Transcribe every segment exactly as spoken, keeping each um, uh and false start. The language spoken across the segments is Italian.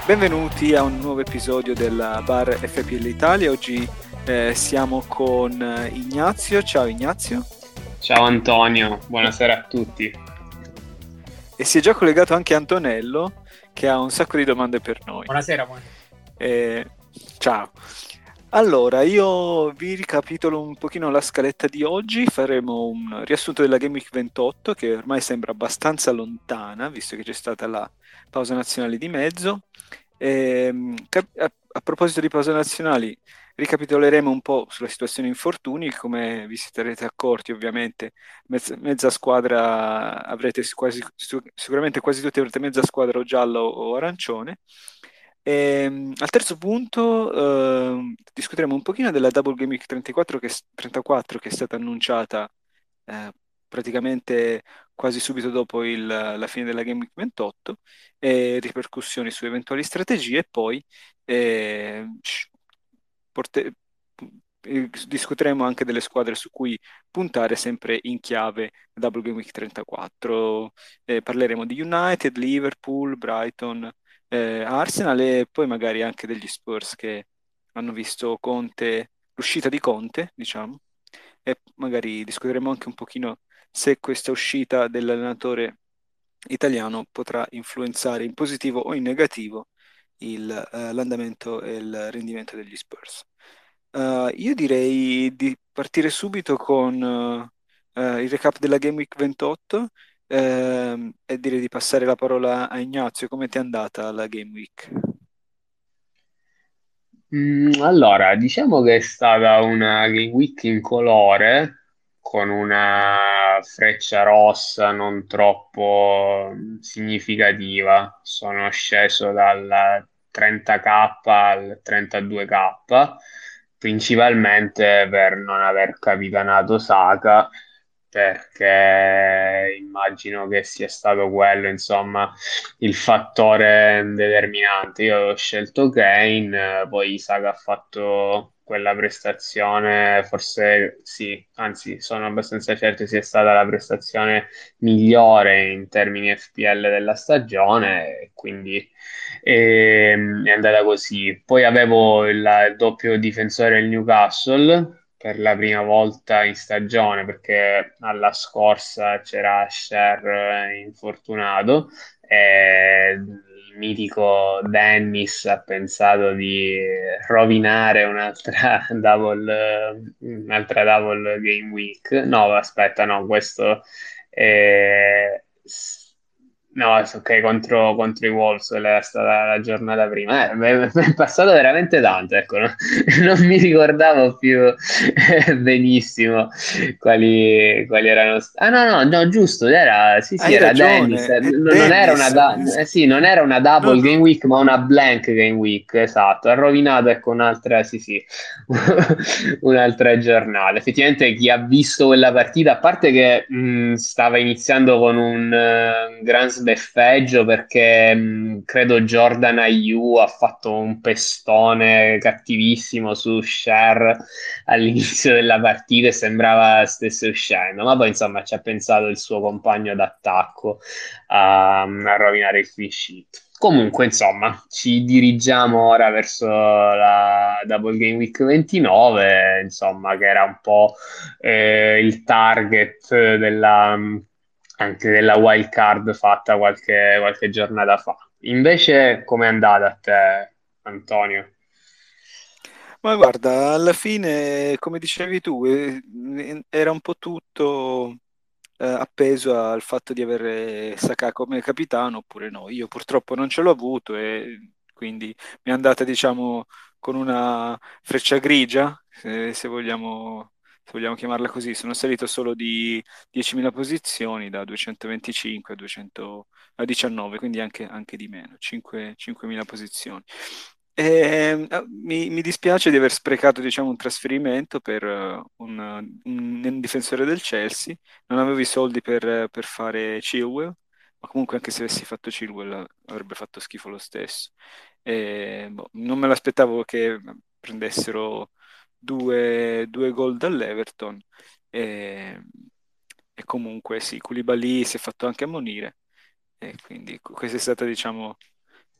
Benvenuti a un nuovo episodio del Bar F P L Italia. Oggi eh, siamo con eh, Ignazio. Ciao Ignazio. Ciao Antonio, buonasera a tutti. E si è già collegato anche Antonello, che ha un sacco di domande per noi. Buonasera, buonasera. Eh, ciao. Allora, io vi ricapitolo un pochino la scaletta di oggi. Faremo un riassunto della Game Week ventotto, che ormai sembra abbastanza lontana, visto che c'è stata la pausa nazionale di mezzo. Ehm, cap- a, a proposito di pause nazionali, ricapitoleremo un po' sulla situazione infortuni. Come vi sarete accorti, ovviamente, mezza, mezza squadra avrete quasi, su- sicuramente quasi tutti avrete mezza squadra o gialla o, o arancione. Ehm, al terzo punto ehm, discuteremo un pochino della Double Game Week trentaquattro che, trentaquattro che è stata annunciata eh, praticamente quasi subito dopo il- la fine della Game Week ventotto, e ripercussioni su eventuali strategie. E poi eh, sc- porte- eh, discuteremo anche delle squadre su cui puntare, sempre in chiave Double Game Week trentaquattro. Eh, parleremo di United, Liverpool, Brighton, eh, Arsenal, e poi magari anche degli Spurs che hanno visto Conte, l'uscita di Conte, diciamo, e magari discuteremo anche un pochino se questa uscita dell'allenatore italiano potrà influenzare in positivo o in negativo il, eh, l'andamento e il rendimento degli Spurs. Eh, io direi di partire subito con eh, eh, il recap della Game Week ventotto, ehm, e direi di passare la parola a Ignazio. Come ti è andata la Game Week? Mm, allora, diciamo che è stata una game week incolore, con una freccia rossa non troppo significativa. Sono sceso dal trenta K al trentadue K, principalmente per non aver capitanato Saka, perché immagino che sia stato quello, insomma, il fattore determinante. Io ho scelto Kane, eh, poi Saka ha fatto quella prestazione, forse sì, anzi sono abbastanza certo sia stata la prestazione migliore in termini F P L della stagione, e quindi ehm, è andata così. Poi avevo il, il doppio difensore del Newcastle per la prima volta in stagione, perché alla scorsa c'era Asher eh, infortunato, e il mitico Dennis ha pensato di rovinare un'altra double, eh, un'altra double game week. No, aspetta, no, questo è... No, ok, contro, contro i Wolves è stata la giornata prima. Eh, mi mi è passato veramente tanto, ecco, no? Non mi ricordavo più eh, benissimo quali, quali erano. st- Ah, no, no, no, giusto, era, sì, sì, Hai era Dennis. ragione, Eh, è n- non era una, Dennis. da- eh, sì, non era una No, double game no. week, ma una blank game week, esatto. Ha rovinato, ecco, un'altra, sì, sì, un'altra giornata. Effettivamente, chi ha visto quella partita, a parte che mh, stava iniziando con un eh, gran sbeffeggio, perché mh, credo Jordan Ayew ha fatto un pestone cattivissimo su Cher all'inizio della partita e sembrava stesse uscendo, ma poi insomma ci ha pensato il suo compagno d'attacco a, a rovinare il clean sheet. Comunque, insomma, ci dirigiamo ora verso la Double Game Week ventinove, insomma, che era un po' eh, il target della, anche della wild card fatta qualche, qualche giornata fa. Invece, com'è andata a te, Antonio? Ma guarda, alla fine, come dicevi tu, eh, era un po' tutto eh, appeso al fatto di avere Saka come capitano oppure no. Io purtroppo non ce l'ho avuto, e quindi mi è andata, diciamo, con una freccia grigia, se, se vogliamo, se vogliamo chiamarla così. Sono salito solo di diecimila posizioni, da duecentoventicinque a duecento a diciannove, quindi anche, anche di meno, cinque cinquemila posizioni. E, eh, mi, mi dispiace di aver sprecato, diciamo, un trasferimento per eh, un, un difensore del Chelsea. Non avevo i soldi per, per fare Chilwell, ma comunque anche se avessi fatto Chilwell avrebbe fatto schifo lo stesso. E, boh, non me l'aspettavo che prendessero due, due gol dall'Everton, e, e comunque sì, Koulibaly si è fatto anche ammonire, e quindi questa è stata, diciamo,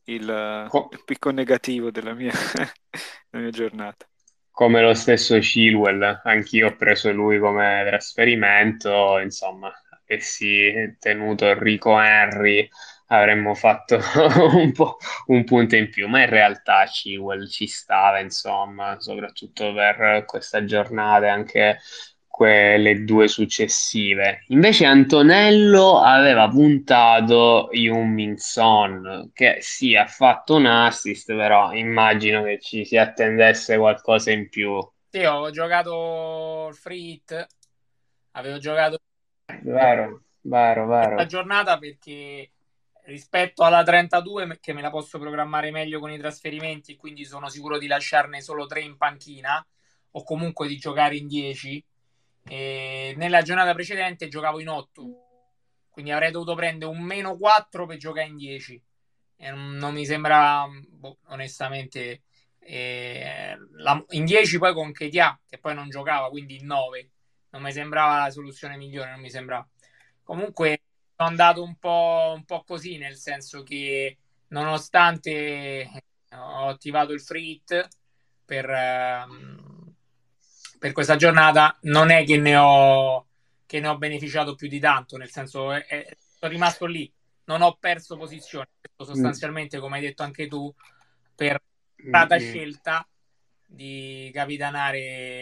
il, Co- il picco negativo della mia, della mia giornata. Come lo stesso Chilwell, anch'io ho preso lui come trasferimento, insomma, avessi tenuto Enrico Henry avremmo fatto un po' un punto in più, ma in realtà Chilwell ci stava, insomma, soprattutto per questa giornata e anche quelle due successive. Invece Antonello aveva puntato Heung-min Son, che sì, ha fatto un assist, però immagino che ci si attendesse qualcosa in più. Sì, ho giocato il free hit, avevo giocato Vero, vero, questa vero. giornata perché rispetto alla trentadue, che me la posso programmare meglio con i trasferimenti, quindi sono sicuro di lasciarne solo tre in panchina o comunque di giocare in dieci. E nella giornata precedente giocavo in otto, quindi avrei dovuto prendere un meno quattro per giocare in dieci. E non, non mi sembra, boh, onestamente, eh, la- in dieci poi con Ketia, che poi non giocava, quindi in nove. Non mi sembrava la soluzione migliore, non mi sembrava. Comunque sono andato un po', un po' così, nel senso che nonostante ho attivato il free hit per, ehm, per questa giornata, non è che ne ho, che ne ho beneficiato più di tanto, nel senso è, è- sono rimasto lì, non ho perso posizione. Questo Mm, sostanzialmente, come hai detto anche tu, per mm, stata mm, scelta di capitanare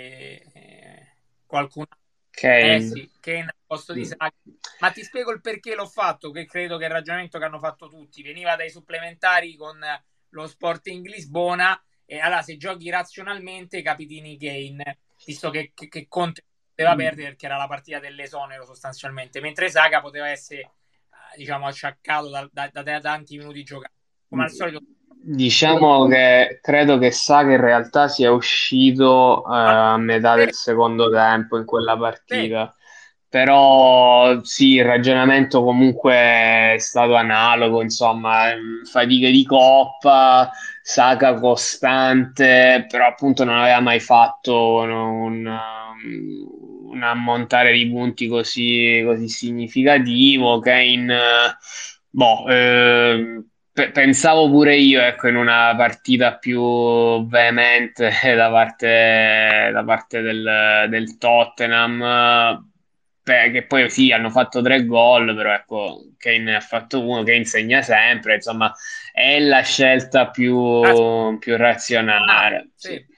eh, qualcun eh Kane. sì, Kane al posto di Mm, Saka. Ma ti spiego il perché l'ho fatto, che credo che è il ragionamento che hanno fatto tutti. Veniva dai supplementari con lo Sporting Lisbona e allora se giochi razionalmente capitini Kane, visto che, che, che Conte poteva mm, perdere perché era la partita dell'esonero sostanzialmente, mentre Saka poteva essere, eh, diciamo, acciaccato da, da, da, da tanti minuti giocati. Come al solito, Diciamo che credo che Saka in realtà sia uscito eh, ah, a metà sì, del secondo tempo in quella sì, partita, però sì, il ragionamento comunque è stato analogo, insomma, ehm, fatiche di coppa, Saka costante, però appunto non aveva mai fatto un, un, un ammontare di punti così, così significativo. Kane, eh, boh, eh, pe- pensavo pure io, ecco, in una partita più veemente da parte, da parte del, del Tottenham, eh, beh, che poi sì, hanno fatto tre gol, però ecco, Kane ha fatto uno, che insegna sempre, insomma, è la scelta più, più razionale, razionale. Sì. sì.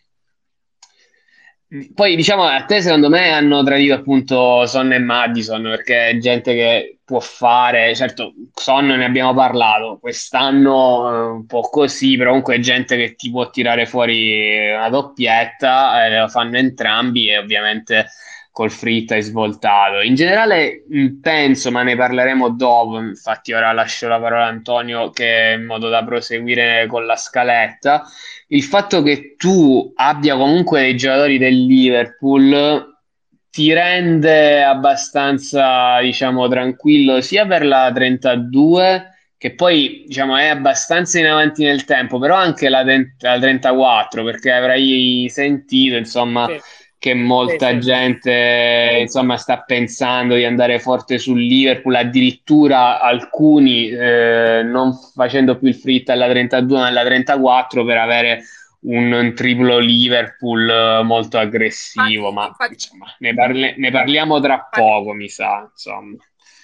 Poi diciamo a te secondo me hanno tradito appunto Son e Madison perché è gente che può fare, certo Son ne abbiamo parlato, quest'anno eh, un po' così, però comunque è gente che ti può tirare fuori una doppietta, eh, lo fanno entrambi e ovviamente col fritto hai svoltato. In generale mh, penso, ma ne parleremo dopo, infatti ora lascio la parola a Antonio che in modo da proseguire con la scaletta il fatto che tu abbia comunque dei giocatori del Liverpool ti rende abbastanza, diciamo, tranquillo sia per la trentadue, che poi, diciamo, è abbastanza in avanti nel tempo, però anche la, trenta la trentaquattro, perché avrai sentito, insomma, Sì, che sì, molta sì. gente, insomma, sta pensando di andare forte sul Liverpool, addirittura alcuni eh, non facendo più il fritto alla trentadue ma alla trentaquattro per avere un, un triplo Liverpool eh, molto aggressivo, Infatti, ma infatti, insomma, ne, parle- ne parliamo tra infatti poco, mi sa, insomma.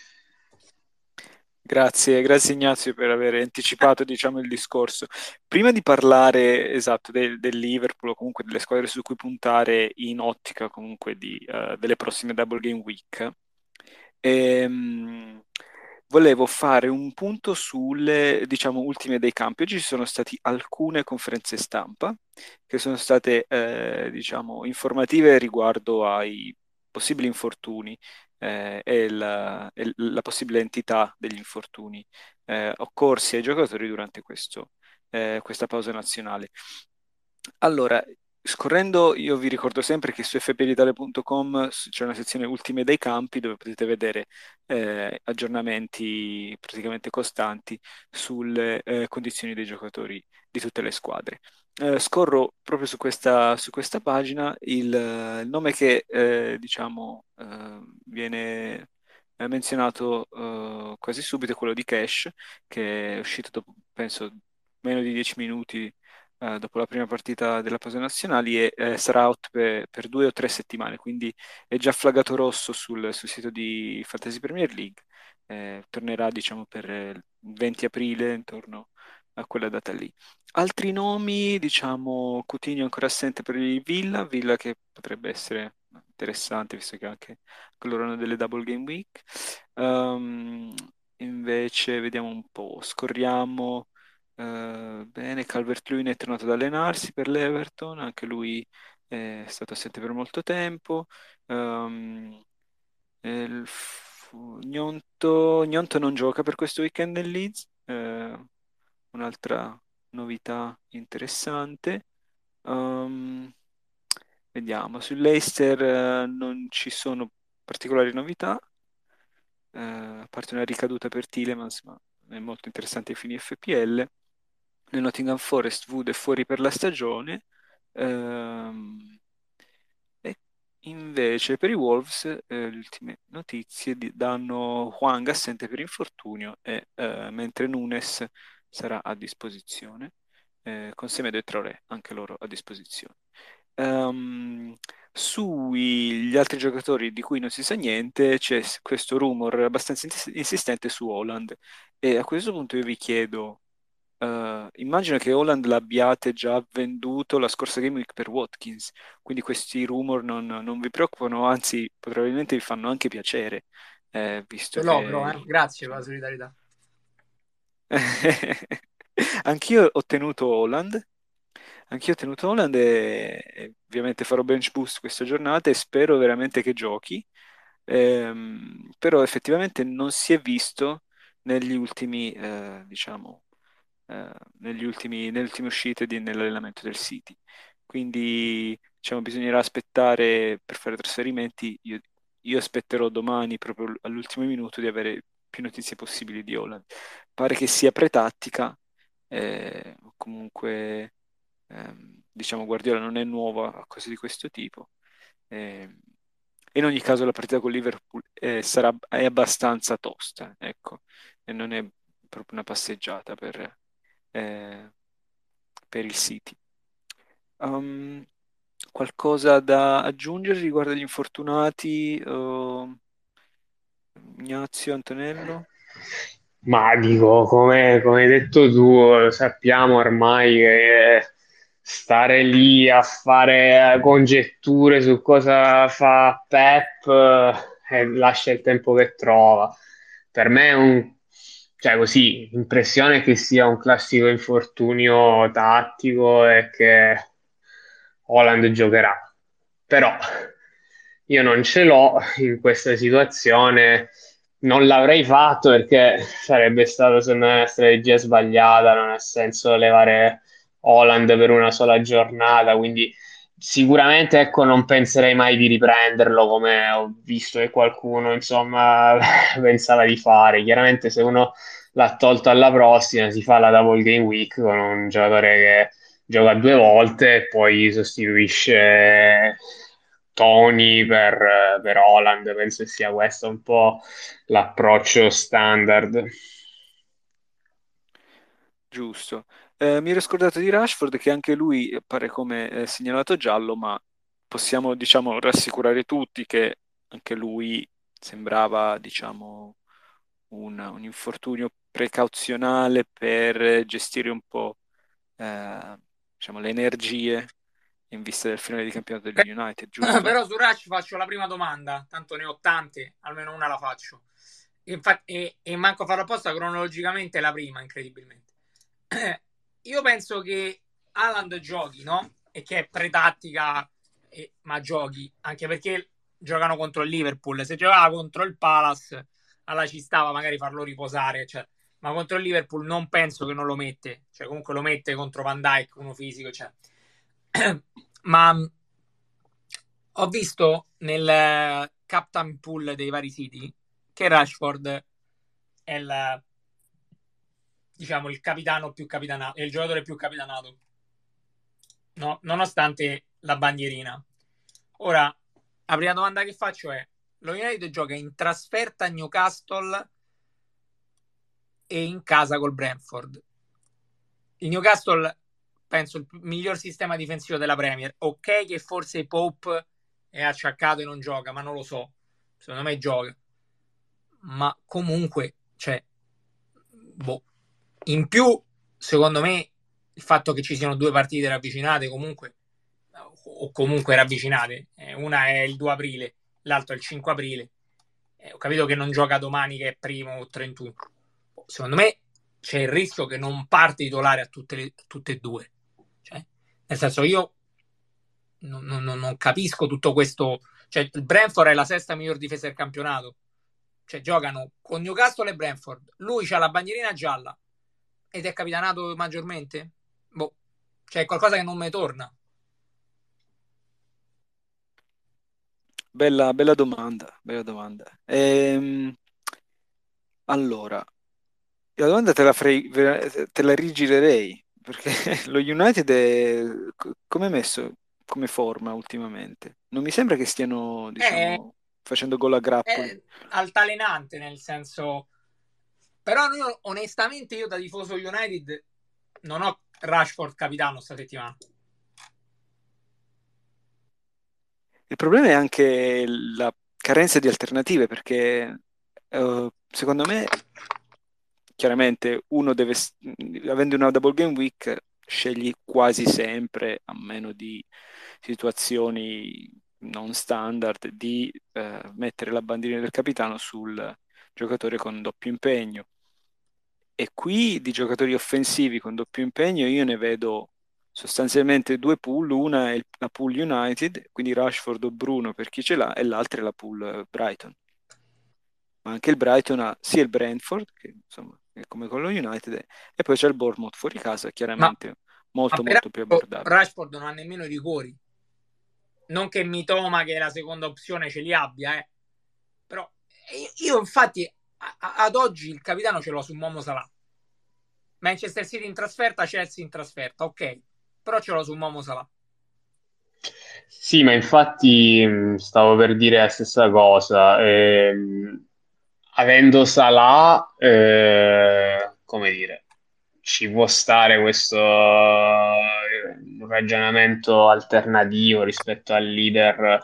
Grazie, grazie Ignazio per aver anticipato, diciamo, il discorso. Prima di parlare, esatto, del, del Liverpool o comunque delle squadre su cui puntare in ottica comunque di, eh, delle prossime Double Game Week, ehm, volevo fare un punto sulle, diciamo, ultime dei campi. Oggi ci sono state alcune conferenze stampa che sono state, eh, diciamo, informative riguardo ai possibili infortuni eh, e la, e la possibile entità degli infortuni eh, occorsi ai giocatori durante questo, eh, questa pausa nazionale. Allora, scorrendo, io vi ricordo sempre che su f p d'italia punto com c'è una sezione ultime dei campi dove potete vedere eh, aggiornamenti praticamente costanti sulle eh, condizioni dei giocatori di tutte le squadre. Eh, scorro proprio su questa, su questa pagina il, eh, il nome che eh, diciamo eh, viene eh, menzionato eh, quasi subito è quello di Cash, che è uscito dopo, penso, meno di dieci minuti eh, dopo la prima partita della pausa nazionali e eh, sarà out per, per due o tre settimane, quindi è già flaggato rosso sul, sul sito di Fantasy Premier League. Eh, tornerà, diciamo, per eh, il venti aprile, intorno a quella data lì. Altri nomi, diciamo, Coutinho ancora assente per il Villa, Villa che potrebbe essere interessante, visto che anche loro hanno delle double game week. Ehm, invece, vediamo un po', scorriamo. Eh, bene, Calvert-Lewin è tornato ad allenarsi per l'Everton, anche lui è stato assente per molto tempo. Ehm, eh, il fu- Gnonto, Gnonto non gioca per questo weekend nel Leeds, eh, un'altra novità interessante. Ehm, vediamo, sull'Eister eh, non ci sono particolari novità, eh, a parte una ricaduta per Tielemans, ma è molto interessante ai fini F P L. Nel Nottingham Forest Wood è fuori per la stagione. Ehm, e invece per i Wolves eh, le ultime notizie di- danno Hwang assente per infortunio e, eh, mentre Nunes sarà a disposizione, eh, con Semedo e Traoré anche loro a disposizione. Ehm, Sugli altri giocatori di cui non si sa niente c'è s- questo rumor abbastanza ins- insistente su Holland e a questo punto io vi chiedo, eh, immagino che Holland l'abbiate già venduto la scorsa Game Week per Watkins, quindi questi rumor non, non vi preoccupano, anzi probabilmente vi fanno anche piacere, eh, visto Ce che l'ho, però, eh. Grazie per la diciamo, solidarietà. anch'io ho tenuto Holland, anch'io ho tenuto Holland e, e ovviamente farò bench boost questa giornata e spero veramente che giochi. Ehm, però effettivamente non si è visto negli ultimi, eh, diciamo, eh, negli ultimi, nelle ultime uscite di- nell'allenamento del City. Quindi diciamo, bisognerà aspettare per fare trasferimenti. Io, io aspetterò domani, proprio all'ultimo minuto, di avere più notizie possibili di Holland. Pare che sia pretattica, eh, o comunque ehm, diciamo Guardiola non è nuova a cose di questo tipo. Ehm, in ogni caso la partita con Liverpool eh, sarà, è abbastanza tosta, ecco, e non è proprio una passeggiata per, eh, per il City. Um, qualcosa da aggiungere riguardo agli infortunati? Uh, Ignazio, Antonello? Ma dico, come, come hai detto tu, lo sappiamo ormai che stare lì a fare congetture su cosa fa Pep eh, lascia il tempo che trova. Per me è un, cioè così, l'impressione che sia un classico infortunio tattico e che Holland giocherà. Però io non ce l'ho in questa situazione, non l'avrei fatto perché sarebbe stato secondo me una strategia sbagliata, non ha senso levare Holland per una sola giornata, quindi sicuramente ecco non penserei mai di riprenderlo come ho visto che qualcuno insomma pensava di fare. Chiaramente se uno l'ha tolto alla prossima si fa la double game week con un giocatore che gioca due volte e poi sostituisce Tony per, per Holland. Penso che sia questo un po' l'approccio standard. Giusto. Eh, mi ero scordato di Rashford che anche lui appare come eh, segnalato giallo, ma possiamo, diciamo, rassicurare tutti che anche lui sembrava, diciamo, un, un infortunio precauzionale per gestire un po', eh, diciamo, le energie in vista del finale di campionato degli United, giusto? Però su Rush faccio la prima domanda, tanto ne ho tante, almeno una la faccio. Infatti, e, e manco farò apposta cronologicamente la prima, incredibilmente. Io penso che Haaland giochi, no? E che è pretattica, e, ma giochi, anche perché giocano contro il Liverpool. Se giocava contro il Palace, allora ci stava magari farlo riposare, cioè. Ma contro il Liverpool non penso che non lo mette, cioè comunque lo mette contro Van Dijk, uno fisico, cioè. Ma ho visto nel eh, captain pool dei vari siti che Rashford è il, diciamo, il capitano più capitanato, è il giocatore più capitanato, no? Nonostante la bandierina. Ora, la prima domanda che faccio è: lo United gioca in trasferta a Newcastle e in casa col Brentford. il Newcastle penso il miglior sistema difensivo della Premier. Ok che forse Pope è acciaccato e non gioca, ma non lo so. Secondo me gioca. Ma comunque, cioè, boh. In più, secondo me, il fatto che ci siano due partite ravvicinate comunque, o comunque ravvicinate, eh, una è il due aprile, l'altra è il cinque aprile. Eh, ho capito che non gioca domani che è primo o trentuno. Secondo me c'è il rischio che non parte titolare a tutte, le, tutte e due. Cioè, nel senso, io non, non, non capisco tutto questo. Cioè, il Brentford è la sesta miglior difesa del campionato. Cioè, giocano con Newcastle e Brentford. Lui ha la bandierina gialla ed è capitanato maggiormente? Boh, c'è qualcosa che non mi torna. Bella, bella domanda, bella domanda. Ehm, allora, la domanda te la, farei- ver- te la rigirerei, perché lo United è, co- come è messo come forma ultimamente? Non mi sembra che stiano, È, diciamo, facendo gol a grappoli. è altalenante nel senso. Però io, onestamente, io da tifoso United non ho Rashford capitano sta settimana. Il problema è anche la carenza di alternative, perché eh, secondo me, chiaramente, uno deve, s- avendo una double game week, scegli quasi sempre, a meno di situazioni non standard, di eh, mettere la bandierina del capitano sul giocatore con doppio impegno. E qui di giocatori offensivi con doppio impegno io ne vedo sostanzialmente due pool, una è il- la pool United, quindi Rashford o Bruno per chi ce l'ha, e l'altra è la pool eh, Brighton. Ma anche il Brighton ha sia il Brentford, che insomma è come con lo United, e poi c'è il Bournemouth fuori casa, Ma, chiaramente ma molto molto più peraltro abbordabile. Rashford non ha nemmeno i rigori. Non che Mitoma, che è la seconda opzione, ce li abbia, eh. Però io, io infatti a, a, ad oggi il capitano ce l'ho su Momo Salah. Manchester City in trasferta, Chelsea in trasferta, ok. Però ce l'ho su Momo Salah. Sì, ma infatti mh, stavo per dire la stessa cosa. Ehm, avendo Salah, eh, come dire, ci può stare questo eh, ragionamento alternativo rispetto al leader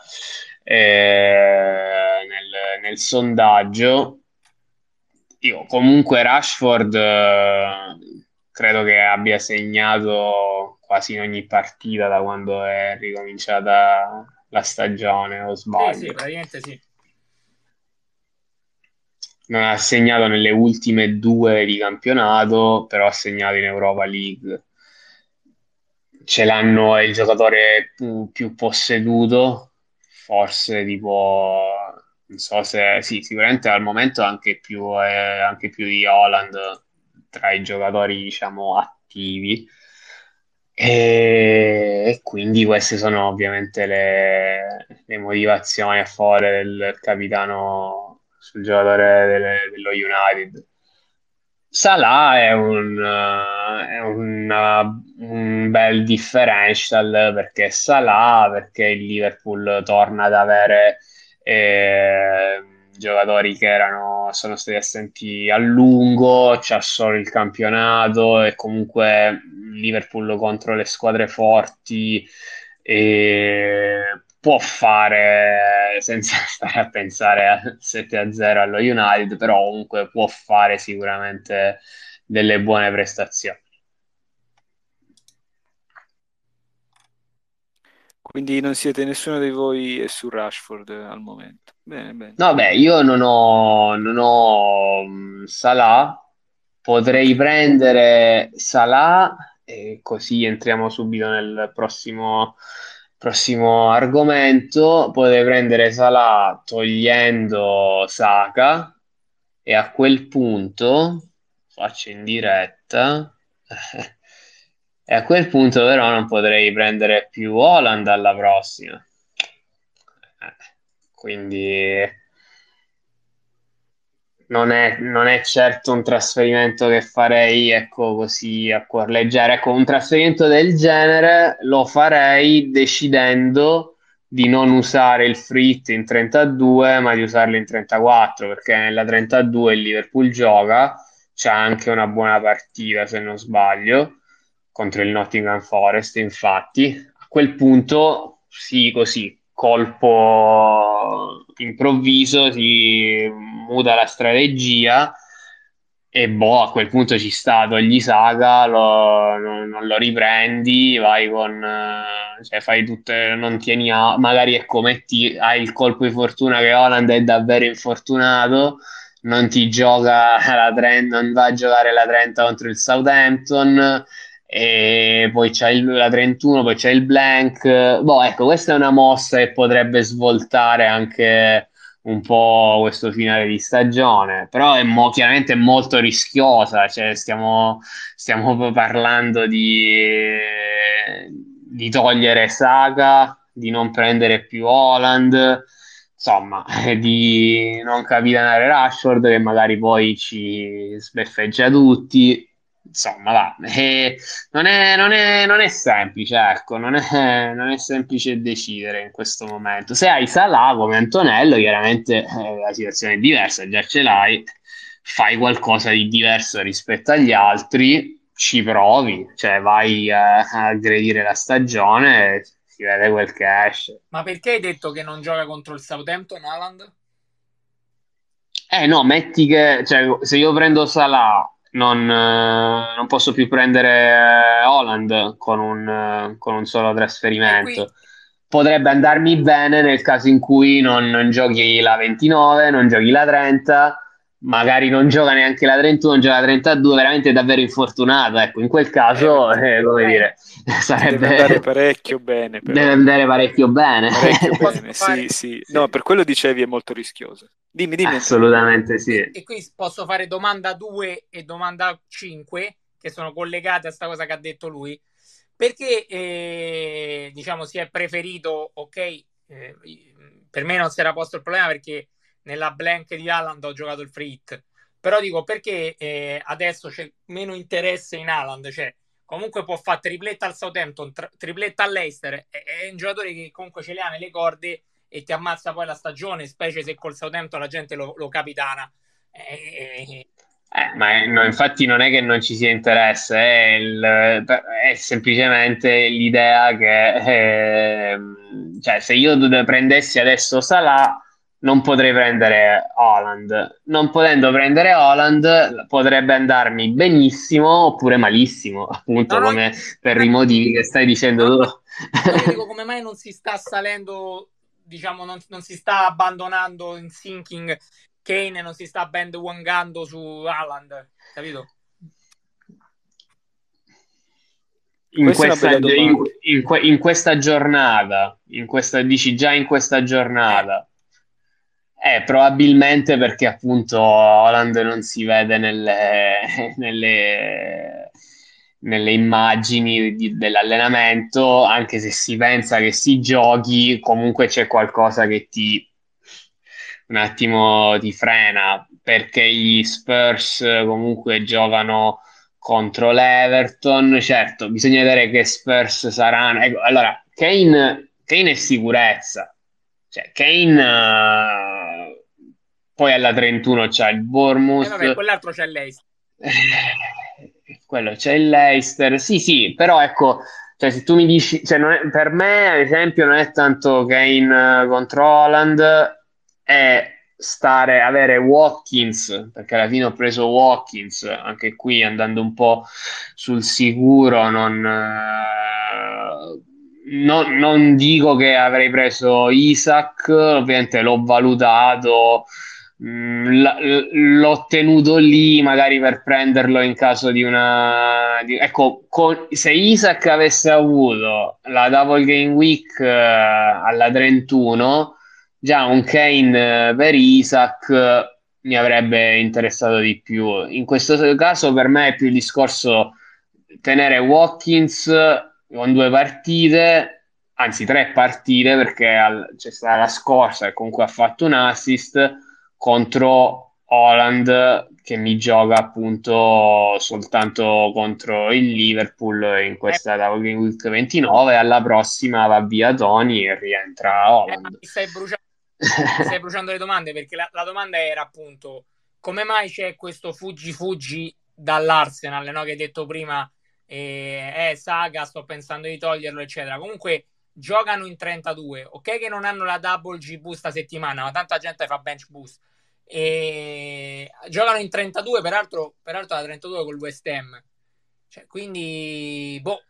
eh, nel, nel sondaggio. Io comunque Rashford eh, credo che abbia segnato quasi in ogni partita da quando è ricominciata la stagione, o Sì, sì, sbaglio. praticamente sì. Non ha segnato nelle ultime due di campionato, però ha segnato in Europa League. Ce l'hanno, è il giocatore più, più posseduto, forse tipo, non so se, sì, sicuramente al momento anche più, eh, anche più di Haaland tra i giocatori, diciamo, attivi. E, e quindi queste sono ovviamente le, le motivazioni a favore del capitano sul giocatore delle- dello United. Salah è un, eh, è un, eh, un bel differential perché Salah, perché il Liverpool torna ad avere eh, giocatori che erano, sono stati assenti a lungo, c'ha solo il campionato e comunque il Liverpool contro le squadre forti e può fare senza stare a pensare a sette a zero allo United, però comunque può fare sicuramente delle buone prestazioni. Quindi non siete nessuno di voi su Rashford eh, al momento. Bene, bene. No, beh, io non ho, non ho mh, Salah, Ok. potrei prendere Salah e così entriamo subito nel prossimo, prossimo argomento. Potrei prendere Salah togliendo Saka e a quel punto faccio in diretta. E a quel punto però non potrei prendere più Holland alla prossima. Eh, quindi non è, non è certo un trasferimento che farei, ecco, così a cuor leggero. Ecco, un trasferimento del genere lo farei decidendo di non usare il free hit in trentadue, ma di usarlo in trentaquattro, perché nella trentadue il Liverpool gioca, c'è anche una buona partita, se non sbaglio. contro il Nottingham Forest, infatti. A quel punto, sì, così, colpo improvviso, si muta la strategia e boh, a quel punto ci sta, togli Saga, lo- non, non lo riprendi, vai con, eh, cioè fai tutte, non tieni, a- magari è come ti, hai il colpo di fortuna che Holland è davvero infortunato, non ti gioca la trenta, non va a giocare la trenta contro il Southampton, e poi c'è il- la trentuno, poi c'è il blank. Boh, ecco, questa è una mossa che potrebbe svoltare anche un po' questo finale di stagione, però è mo- chiaramente è molto rischiosa, cioè stiamo, stiamo proprio parlando di, di togliere Saka, di non prendere più Holland, insomma, di non capitanare Rashford che magari poi ci sbeffeggia tutti. Insomma, va, eh, non è, non è- non è semplice, ecco, non è, non è semplice decidere in questo momento. Se hai Salah come Antonello, chiaramente eh, la situazione è diversa, già ce l'hai, fai qualcosa di diverso rispetto agli altri, ci provi, cioè vai a, a aggredire la stagione, e si vede quel che esce. Ma perché hai detto che non gioca contro il Southampton, Haaland? Eh no, metti che, cioè, se io prendo Salah, non, eh, non posso più prendere eh, Holland con un, eh, con un solo E qui, trasferimento. Potrebbe andarmi bene nel caso in cui non, non giochi la ventinove, non giochi la trenta, magari non gioca neanche la trentuno, non gioca la trentadue, veramente davvero infortunato. Ecco, in quel Eh, caso, eh, come eh, dire, ti deve andare sarebbe, parecchio bene, deve però. andare parecchio bene. Parecchio posso bene, fare, sì, sì. Sì, No, per quello dicevi è molto rischioso. Dimmi, dimmi, Antonio. assolutamente sì. e, e qui posso fare domanda due e domanda cinque, che sono collegate a sta cosa che ha detto lui. Perché, eh, diciamo, si è preferito, ok, eh, per me non si era posto il problema perché nella blank di Haaland ho giocato il free hit, però dico perché eh, adesso c'è meno interesse in Haaland, cioè comunque può fare tripletta al Southampton, tri- tripletta all'Leicester, è, è un giocatore che comunque ce le ha nelle corde e ti ammazza poi la stagione, specie se col Southampton la gente lo, lo capitana. Eh, Eh, ma è- no, infatti non è che non ci sia interesse, è, il- è semplicemente l'idea che ehm, cioè, se io d- prendessi adesso Salah non potrei prendere Holland. Non potendo prendere Holland potrebbe andarmi benissimo oppure malissimo, no, appunto no, come per i motivi che stai no, dicendo no, tu. no, io dico come mai non si sta salendo, diciamo, non, non si sta abbandonando in sinking Kane, non si sta bandwangando su Haaland, capito? In Questa è una questa, bella in, domanda. in que- in questa giornata, in questa, dici già in questa Eh, giornata, eh, probabilmente perché appunto Holland non si vede nelle, nelle, nelle immagini di- dell'allenamento, anche se si pensa che si giochi, comunque c'è qualcosa che ti un attimo ti frena, perché gli Spurs comunque giocano contro l'Everton. Certo, bisogna vedere che Spurs saranno. Ecco, allora, Kane, Kane è sicurezza. Cioè, Kane eh, poi alla trentuno c'ha il eh, vabbè, Bournemouth. quell'altro c'è lei. Eh, quello c'è il Leicester. Sì, sì, però ecco, cioè, se tu mi dici, cioè, non è- per me, ad esempio, non è tanto Kane eh, contro Holland, è stare, avere Watkins, perché alla fine ho preso Watkins, anche qui andando un po' sul sicuro, non, eh, non- non dico che avrei preso Isaac, ovviamente l'ho valutato, mh, l- l'ho tenuto lì magari per prenderlo in caso di una... di- ecco, con- se Isaac avesse avuto la double game week eh, alla trentuno, già un Kane eh, per Isaac eh, mi avrebbe interessato di più. In questo caso per me è più il discorso tenere Watkins con due partite, anzi tre partite, perché al- c'è stata la scorsa che comunque ha fatto un assist contro Holland che mi gioca appunto soltanto contro il Liverpool in Eh, questa Double Game Week ventinove. Alla prossima va via Tony e rientra eh, ma Holland. mi stai bruciando, mi stai bruciando le domande perché la, la domanda era appunto come mai c'è questo fuggi fuggi dall'Arsenal, no? Che hai detto prima e, eh, Saga, sto pensando di toglierlo, eccetera. Comunque giocano in trentadue, ok che non hanno la double G boost a settimana, ma tanta gente fa bench boost. E giocano in trentadue, peraltro, peraltro la trentadue col West Ham. Cioè, quindi, boh.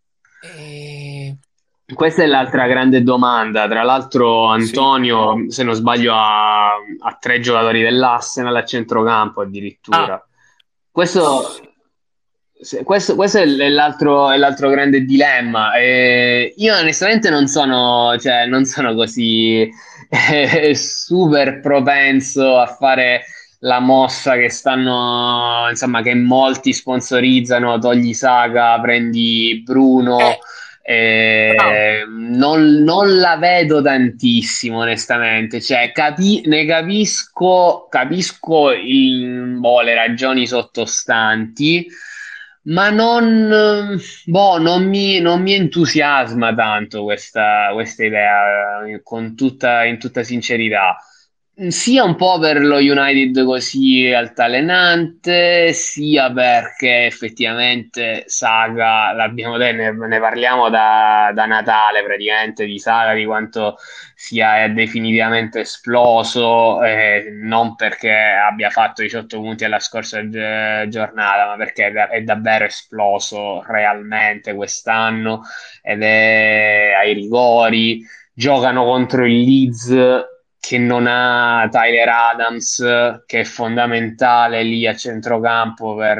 E... Questa è l'altra grande domanda. Tra l'altro, Sì. Antonio, se non sbaglio, ha, ha tre giocatori dell'Arsenal a centrocampo Ah, addirittura. Questo, Sì. se- questo, questo è l'altro, è l'altro grande dilemma. E io onestamente non sono, cioè, non sono così eh, super propenso a fare la mossa che stanno, insomma, che molti sponsorizzano, togli Saga, prendi Bruno. eh, bravo. Eh, non, non la vedo tantissimo, onestamente. Cioè, capi- ne capisco, capisco il- boh, le ragioni sottostanti, ma non, boh, non mi, non mi entusiasma tanto questa, questa idea, eh, con tutta, in tutta sincerità. Sia un po' per lo United così altalenante, sia perché effettivamente Saga, l'abbiamo detto, ne, ne parliamo da, da Natale praticamente di Saga, di quanto sia definitivamente esploso, eh, non perché abbia fatto diciotto punti alla scorsa gi- giornata, ma perché è, da- è davvero esploso realmente quest'anno ed è ai rigori. Giocano contro il Leeds che non ha Tyler Adams, che è fondamentale lì a centrocampo per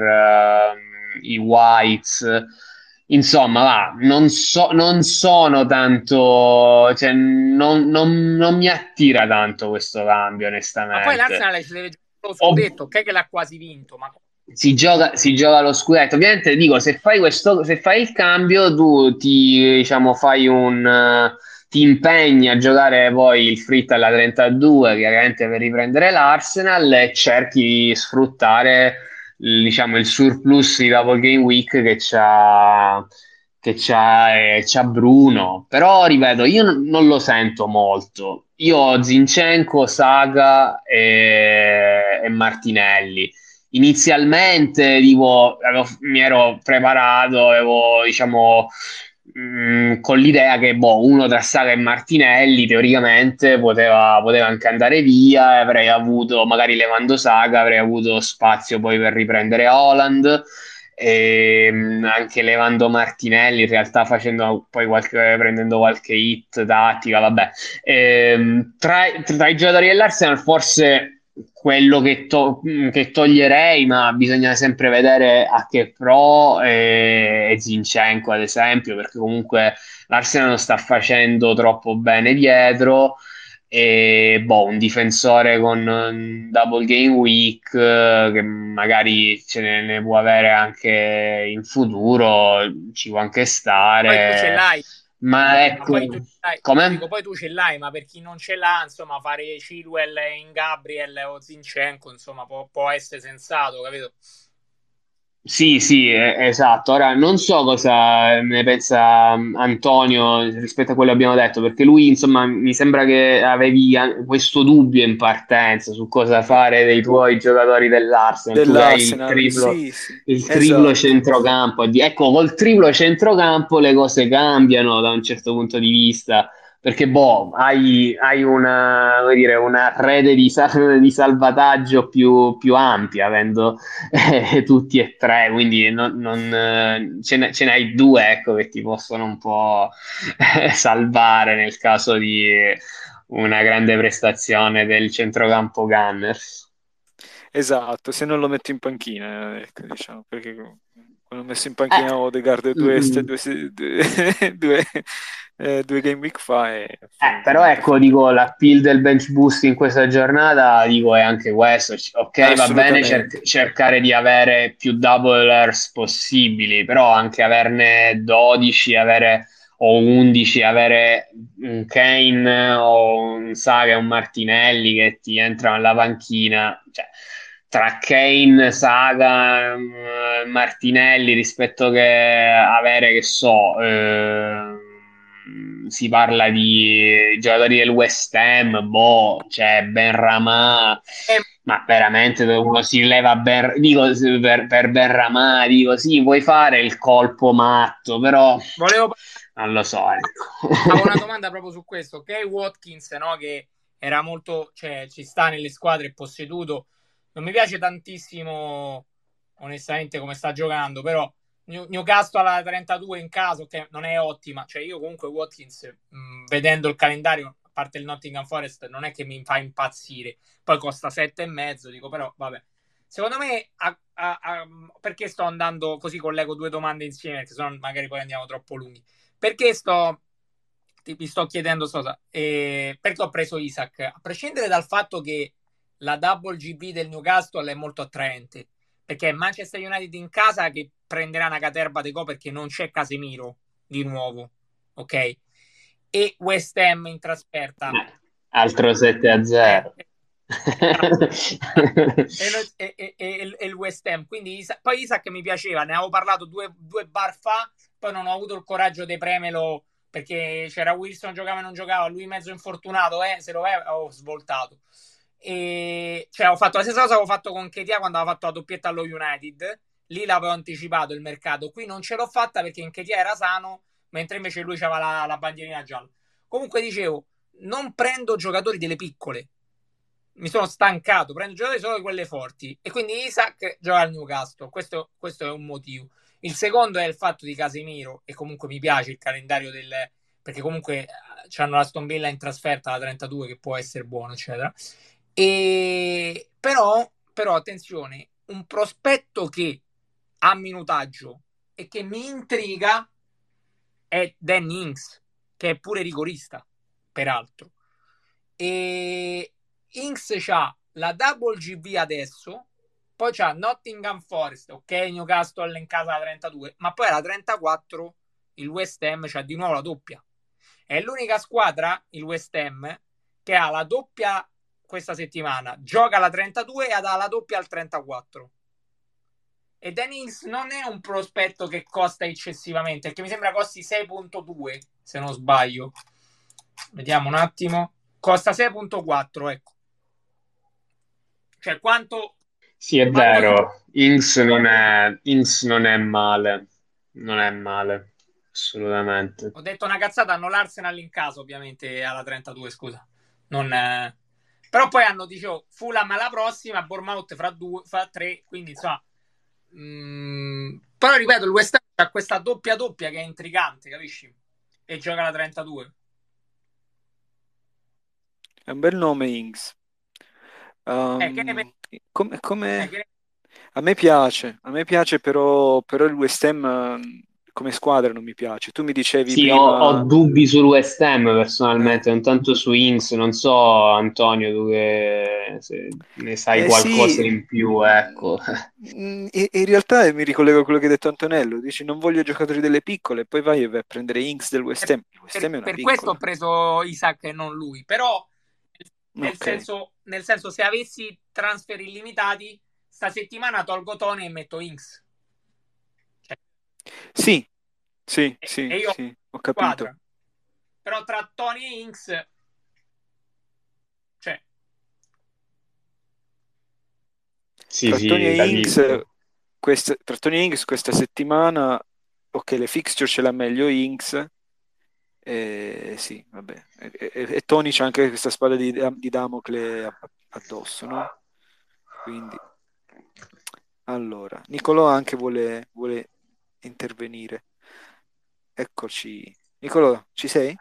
eh, i Whites. Insomma, va, non, so- non sono tanto, cioè, non, non- non mi attira tanto questo cambio, Ma poi onestamente. l'Arsenal si deve giocare lo Ho- scudetto, ok che l'ha quasi vinto, ma si gioca, si gioca lo scudetto. Ovviamente dico, se fai questo, se fai il cambio, tu ti, diciamo, fai un, eh, ti impegni a giocare poi il Frit alla trentadue, chiaramente per riprendere l'Arsenal e cerchi di sfruttare, il- diciamo, il surplus di Double Game Week che c'ha, che c'ha, eh, c'ha Bruno. Però, ripeto, io non non lo sento molto. Io ho Zinchenko, Saga e, e Martinelli. Inizialmente tipo, avevo- mi ero preparato, avevo, diciamo, mh, con l'idea che boh, uno tra Saka e Martinelli teoricamente poteva, poteva anche andare via, e avrei avuto, magari levando Saka, avrei avuto spazio poi per riprendere Holland. E mh, anche levando Martinelli, in realtà facendo poi qualche, prendendo qualche hit tattica, vabbè. Ehm, tra, tra i giocatori dell'Arsenal, forse quello che, to- che toglierei, ma bisogna sempre vedere a che pro è, è Zinchenko, ad esempio, perché comunque l'Arsenal non sta facendo troppo bene dietro. E boh, un difensore con un double game week eh, che magari ce ne, ne può avere anche in futuro, ci può anche poi tu ce stare, l'hai. ma Ma ecco, poi tu ce l'hai, no, dico, come? poi tu ce l'hai, ma per chi non ce l'ha, insomma, fare Chilwell in Gabriel o Zinchenko, insomma, può, può essere sensato, capito? Sì, sì, eh, esatto. Ora non so cosa ne pensa mm, Antonio rispetto a quello che abbiamo detto, perché lui, insomma, mi sembra che avevi an- questo dubbio in partenza su cosa fare dei tuoi giocatori dell'Arsenal, tu che hai il Dell'Arsenal, triplo, sì, sì, il triplo esatto. centrocampo. Di- Ecco, col triplo centrocampo le cose cambiano da un certo punto di vista perché boh, hai, hai una, come dire, una rete di, sal- di salvataggio più, più ampia, avendo eh, tutti e tre, quindi non, non, eh, ce ne, ce ne hai due, ecco, che ti possono un po' eh, salvare nel caso di una grande prestazione del centrocampo Gunners. Esatto, se non lo metto in panchina, ecco, diciamo, perché quando ho messo in Eh, panchina Odegaard mm, due, ste- mm. due, se- due, due, eh, due game week fa e Eh, però fondamentalmente ha ecco, fatto dico, niente. l'appeal del bench boost in questa giornata, dico, è anche questo. C- Ok, va bene cer- Assolutamente. cercare di avere più doublers possibili, però anche averne dodici, avere, o undici, avere un Kane o un Saga e un Martinelli che ti entrano alla panchina, cioè, tra Kane, Saga, mm, Martinelli rispetto che avere, che so, ehm, si parla di giocatori del West Ham, boh, c'è Benrahma, Eh, Ma veramente uno si leva ben, dico, per, per Benrahma, dico sì, vuoi fare il colpo matto, però Volevo non lo so, ecco. Avevo una domanda proprio su questo. Ok, Watkins, no, che era molto, cioè, ci sta nelle squadre, è posseduto. Non mi piace tantissimo, onestamente, come sta giocando, però New- Newcastle alla trentadue in caso, che non è ottima. Cioè, io comunque Watkins, mh, vedendo il calendario, a parte il Nottingham Forest, non è che mi fa impazzire. Poi costa sette e mezzo, dico, però, vabbè. Secondo me, a- a- a- perché sto andando così, collego due domande insieme, perché sennò magari poi andiamo troppo lunghi. Perché sto, ti, mi sto chiedendo, Sosa, eh, perché ho preso Isaac? A prescindere dal fatto che la double G B del Newcastle è molto attraente, perché è Manchester United in casa che prenderà una caterba di go perché non c'è Casemiro di nuovo, ok? E West Ham in trasferta. Eh, altro sette a Eh, zero. eh, esatto, esatto. E, noi- e- e- e- e il West Ham. Quindi Isa- poi Isaac mi piaceva, ne avevo parlato due, due bar fa, poi non ho avuto il coraggio di premerlo perché c'era Wilson, giocava e non giocava, lui mezzo infortunato, eh, se lo è, ho svoltato. E cioè, ho fatto la stessa cosa che ho fatto con Ketia quando aveva fatto la doppietta allo United. Lì l'avevo anticipato il mercato. Qui non ce l'ho fatta perché in Ketia era sano, mentre invece lui aveva la, la bandierina gialla. Comunque dicevo, non prendo giocatori delle piccole. Mi sono stancato, prendo giocatori solo di quelle forti. E quindi Isaac gioca al Newcastle. Questo, questo è un motivo. Il secondo è il fatto di Casemiro, e comunque mi piace il calendario del. Perché comunque hanno la Aston Villa in trasferta alla trentadue, che può essere buono, eccetera. E però, però attenzione, un prospetto che ha minutaggio e che mi intriga è Danny Ings, che è pure rigorista, peraltro. E Ings c'ha la double G V adesso, poi c'ha Nottingham Forest, ok, Newcastle in casa alla trentadue, ma poi alla trentaquattro il West Ham c'ha di nuovo la doppia. È l'unica squadra, il West Ham, che ha la doppia questa settimana, gioca alla trentadue e ha la doppia al trentaquattro. E Dennis non è un prospetto che costa eccessivamente, perché mi sembra costi sei virgola due, se non sbaglio. Vediamo un attimo. Costa sei virgola quattro, ecco. Cioè, quanto. Sì, è quanto vero, Ings non è, Ings non è male, non è male, assolutamente. Ho detto una cazzata, hanno l'Arsenal in casa, ovviamente, alla trentadue, scusa. Non. eh, Però poi hanno, dicevo, Fulham alla prossima, Bournemouth fra, due, fra tre, quindi insomma. mm, Però ripeto, il West Ham ha questa doppia doppia che è intrigante, capisci? E gioca alla trentadue. È un bel nome, Ings. Eh, che ne Um, pensi? come, Eh, come- che ne- A me piace, a me piace però, però il West Ham eh, come squadra non mi piace. Tu mi dicevi Sì, ho, ho prima, dubbi sul West Ham eh, personalmente, non tanto su Ings, non so Antonio, tu che se ne sai eh qualcosa sì, in più, ecco. mm, in, in realtà mi ricollego a quello che ha detto Antonello, dici non voglio giocatori delle piccole, poi vai e vai a prendere Ings del West per, Ham. Il West per- Ham è una per questo ho piccola. preso Isaac e non lui. Però, nel Ok, senso, nel senso, se avessi transfer illimitati, sta settimana tolgo Tony e metto Inks. Cioè, sì, sì, e, sì, e io ho sì, ho capito. squadra. Però tra Tony e Inks, cioè, Sì, Tra Tony sì, e Inks, capisco. questa, tra Tony e Inks questa settimana, ok, le fixture ce l'ha meglio Inks, e sì, vabbè. E, e- e Tony c'ha anche questa spada di, di Damocle a- addosso, no? Quindi, allora, Nicolò anche vuole, vuole intervenire. Eccoci. Nicolò, ci sei?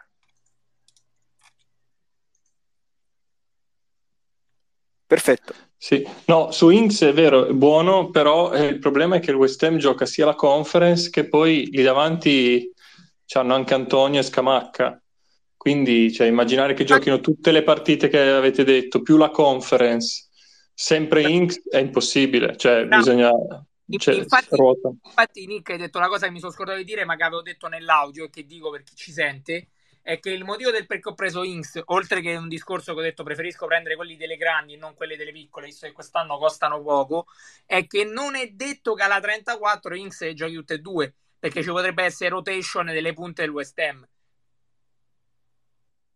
Perfetto. Sì, no, su Inks è vero, è buono, però eh, il problema è che il West Ham gioca sia la Conference che poi lì davanti c'hanno anche Antonio e Scamacca. Quindi, cioè, immaginare che giochino tutte le partite che avete detto, più la Conference, sempre Inks, è impossibile. Cioè, no, bisogna. Cioè, si infatti, ruota. infatti, Nick, hai detto la cosa che mi sono scordato di dire, ma che avevo detto nell'audio e che dico per chi ci sente, è che il motivo del perché ho preso Inks, oltre che un discorso che ho detto preferisco prendere quelli delle grandi e non quelli delle piccole, visto che quest'anno costano poco, è che non è detto che alla trentaquattro Inks giochi tutte e due, perché ci potrebbe essere rotation delle punte del West Ham.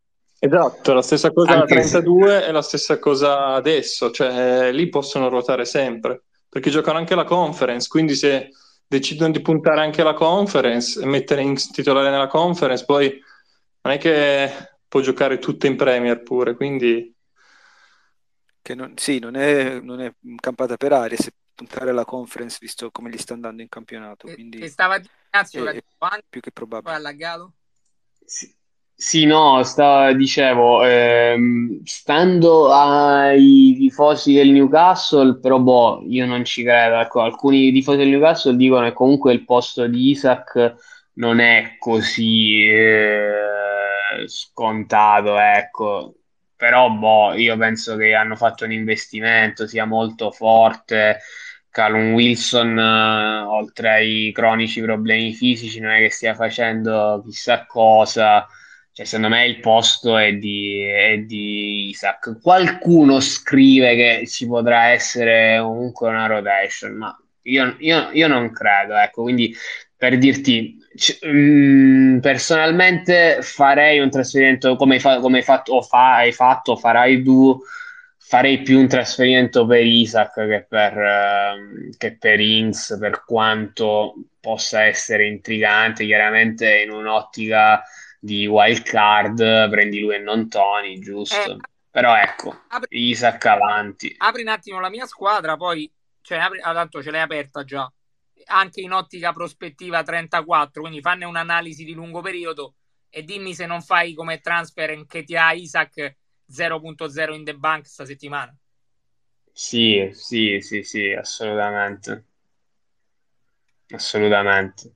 Esatto, la stessa cosa a Anche se... trentadue e la stessa cosa adesso, cioè lì possono ruotare sempre, perché giocano anche la conference, quindi se decidono di puntare anche la conference e mettere in titolare nella conference, poi non è che può giocare tutto in Premier pure, quindi Che non, sì, non è, non è campata per aria se puntare alla conference visto come gli sta andando in campionato, Che, quindi che stava di Ignazio è, ora è di avanti, più che poi probabile. allagato. Sì, sì, no, sta- dicevo, ehm, stando ai tifosi del Newcastle, però boh, io non ci credo. Ecco, alcuni tifosi del Newcastle dicono che comunque il posto di Isaac non è così eh, scontato, ecco. Però boh, io penso che hanno fatto un investimento, sia molto forte. Callum Wilson, eh, oltre ai cronici problemi fisici, non è che stia facendo chissà cosa. Cioè, secondo me il posto è di, è di Isaac. Qualcuno scrive che ci potrà essere comunque una rotation, ma io, io- io non credo. Ecco, quindi per dirti, c- mm, personalmente farei un trasferimento come hai, fa- come hai fatto, o fa- hai fatto, farai tu. Farei più un trasferimento per Isaac che per, ehm, che per Ings, per quanto possa essere intrigante, chiaramente in un'ottica di wild card, prendi lui e non Tony, Eh, giusto? Però ecco, apri, Isaac avanti. apri un attimo la mia squadra, poi, cioè, apri, ah, tanto ce l'hai aperta già, anche in ottica prospettiva trentaquattro, quindi fanne un'analisi di lungo periodo e dimmi se non fai come transfer che ti ha Isaac zero punto zero in the bank sta settimana. Sì, sì, sì, sì, assolutamente. Assolutamente.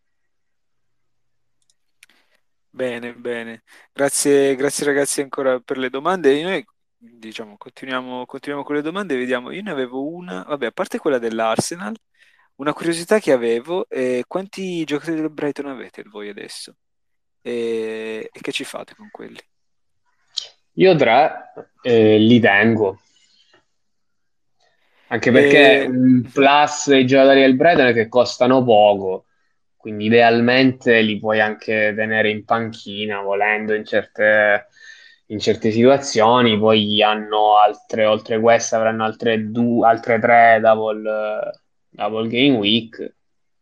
Bene, bene. Grazie, grazie ragazzi ancora per le domande. Noi diciamo, continuiamo, continuiamo con le domande, vediamo. Io ne avevo una, vabbè, a parte quella dell'Arsenal, una curiosità che avevo è quanti giocatori del Brighton avete voi adesso? E, e che ci fate con quelli? Io tre eh, li tengo. Anche perché E, un mhm. plus dei giocatori del Brighton è che costano poco, quindi idealmente li puoi anche tenere in panchina volendo in certe, in certe situazioni. Poi hanno altre, oltre queste, avranno altre, due, altre tre double, double game week.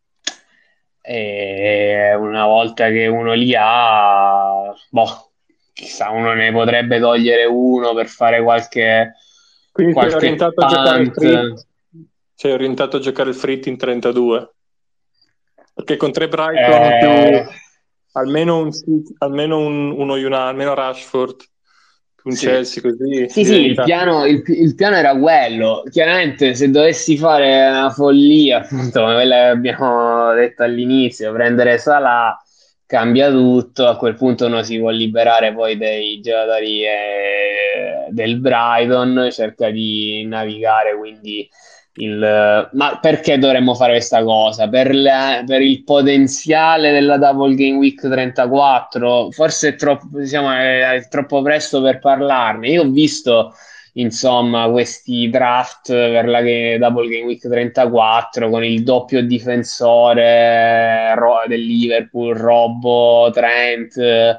E una volta che uno li ha, boh, chissà, uno ne potrebbe togliere uno per fare qualche, quindi sei qualche orientato a giocare il punt. Frit, sei orientato a giocare il Frit in trentadue, perché con tre Brighton Eh, più almeno un, almeno un, uno United, almeno Rashford più un sì. Chelsea, così Sì, sì, il diventa. piano, il, il piano era quello. Chiaramente, se dovessi fare una follia, appunto, come quella che abbiamo detto all'inizio, prendere Salah cambia tutto. A quel punto uno si può liberare poi dei giocatori eh, del Brighton, cerca di navigare quindi il... Ma perché dovremmo fare questa cosa? Per, la- per il potenziale della Double Game Week trentaquattro? Forse è troppo, diciamo, è, è troppo presto per parlarne. Io ho visto, insomma, questi draft per la ga- Double Game Week trentaquattro con il doppio difensore Ro- del Liverpool, Robbo, Trent.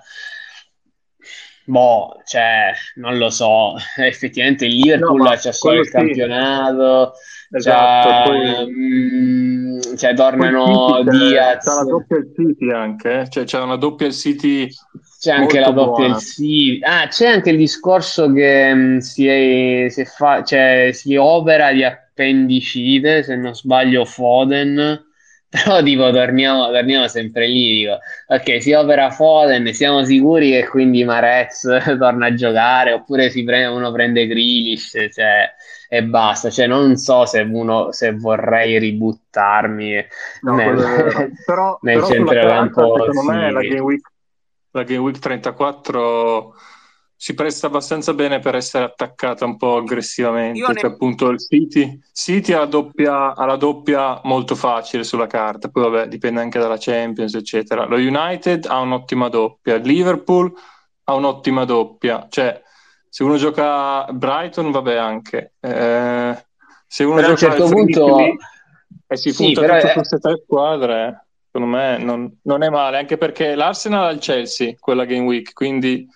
Boh, cioè, non lo so. Effettivamente il No, Liverpool ma c'ha solo quello il sì, campionato, esatto. c'ha, Poi, mm, cioè, poi il City tornano c'è, c'ha Diaz, la doppia il City anche, eh. Cioè c'è una doppia il City c'è anche la molto doppia il buona. sì. Ah, c'è anche il discorso che mm, si, è- si, è fa- cioè, si opera di appendicite, se non sbaglio, Foden. Però tipo torniamo, torniamo sempre lì, dico, ok, si opera Foden, siamo sicuri che quindi Marez torna a giocare, oppure si pre- uno prende Grealish, cioè, e basta. Cioè, non so se uno, se vorrei ributtarmi No, nel, quello è vero. Però, nel però sulla carta, centrocampo secondo me, la City. Game Week, la Game Week trentaquattro si presta abbastanza bene per essere attaccata un po' Io aggressivamente. ne Cioè, appunto, il City, City ha la doppia, ha la doppia molto facile sulla carta, poi vabbè, dipende anche dalla Champions, eccetera. Lo United ha un'ottima doppia, il Liverpool ha un'ottima doppia. Cioè, se uno gioca a Brighton, vabbè anche. Eh, se uno Però a un gioca al certo Frit punto, lì e si sì, punta però tutto su è- queste tre squadre, secondo me non, non è male, anche perché l'Arsenal ha il Chelsea, quella Game Week, quindi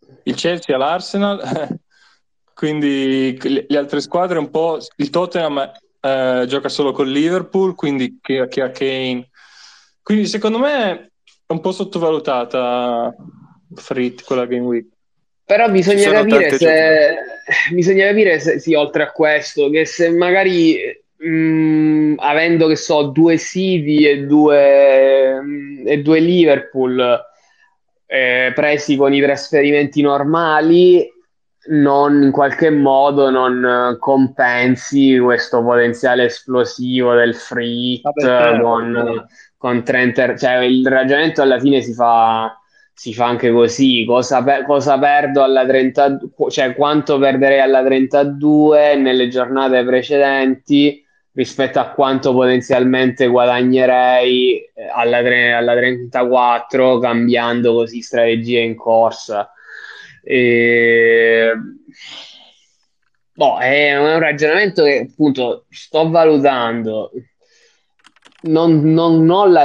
il Chelsea ha l'Arsenal, quindi le, le altre squadre un po'... Il Tottenham eh, gioca solo con Liverpool, quindi che, che ha Kane. Quindi secondo me è un po' sottovalutata Frit quella Game Week. Però Ci bisogna sono capire tante giocate. se, bisogna capire se, sì, oltre a questo, che se magari mh, avendo che so, due City e due, mh, e due Liverpool eh, presi con i trasferimenti normali, non in qualche modo non eh, compensi questo potenziale esplosivo del Frit Vabbè, certo, con, certo. con Trent, cioè il ragionamento alla fine si fa si fa anche così, cosa, pe- cosa perdo alla trenta, cioè quanto perderei alla trentadue nelle giornate precedenti rispetto a quanto potenzialmente guadagnerei eh, alla, tre- alla trentaquattro cambiando così strategie in corsa. E... Boh, è un ragionamento che appunto sto valutando. Non, non ho la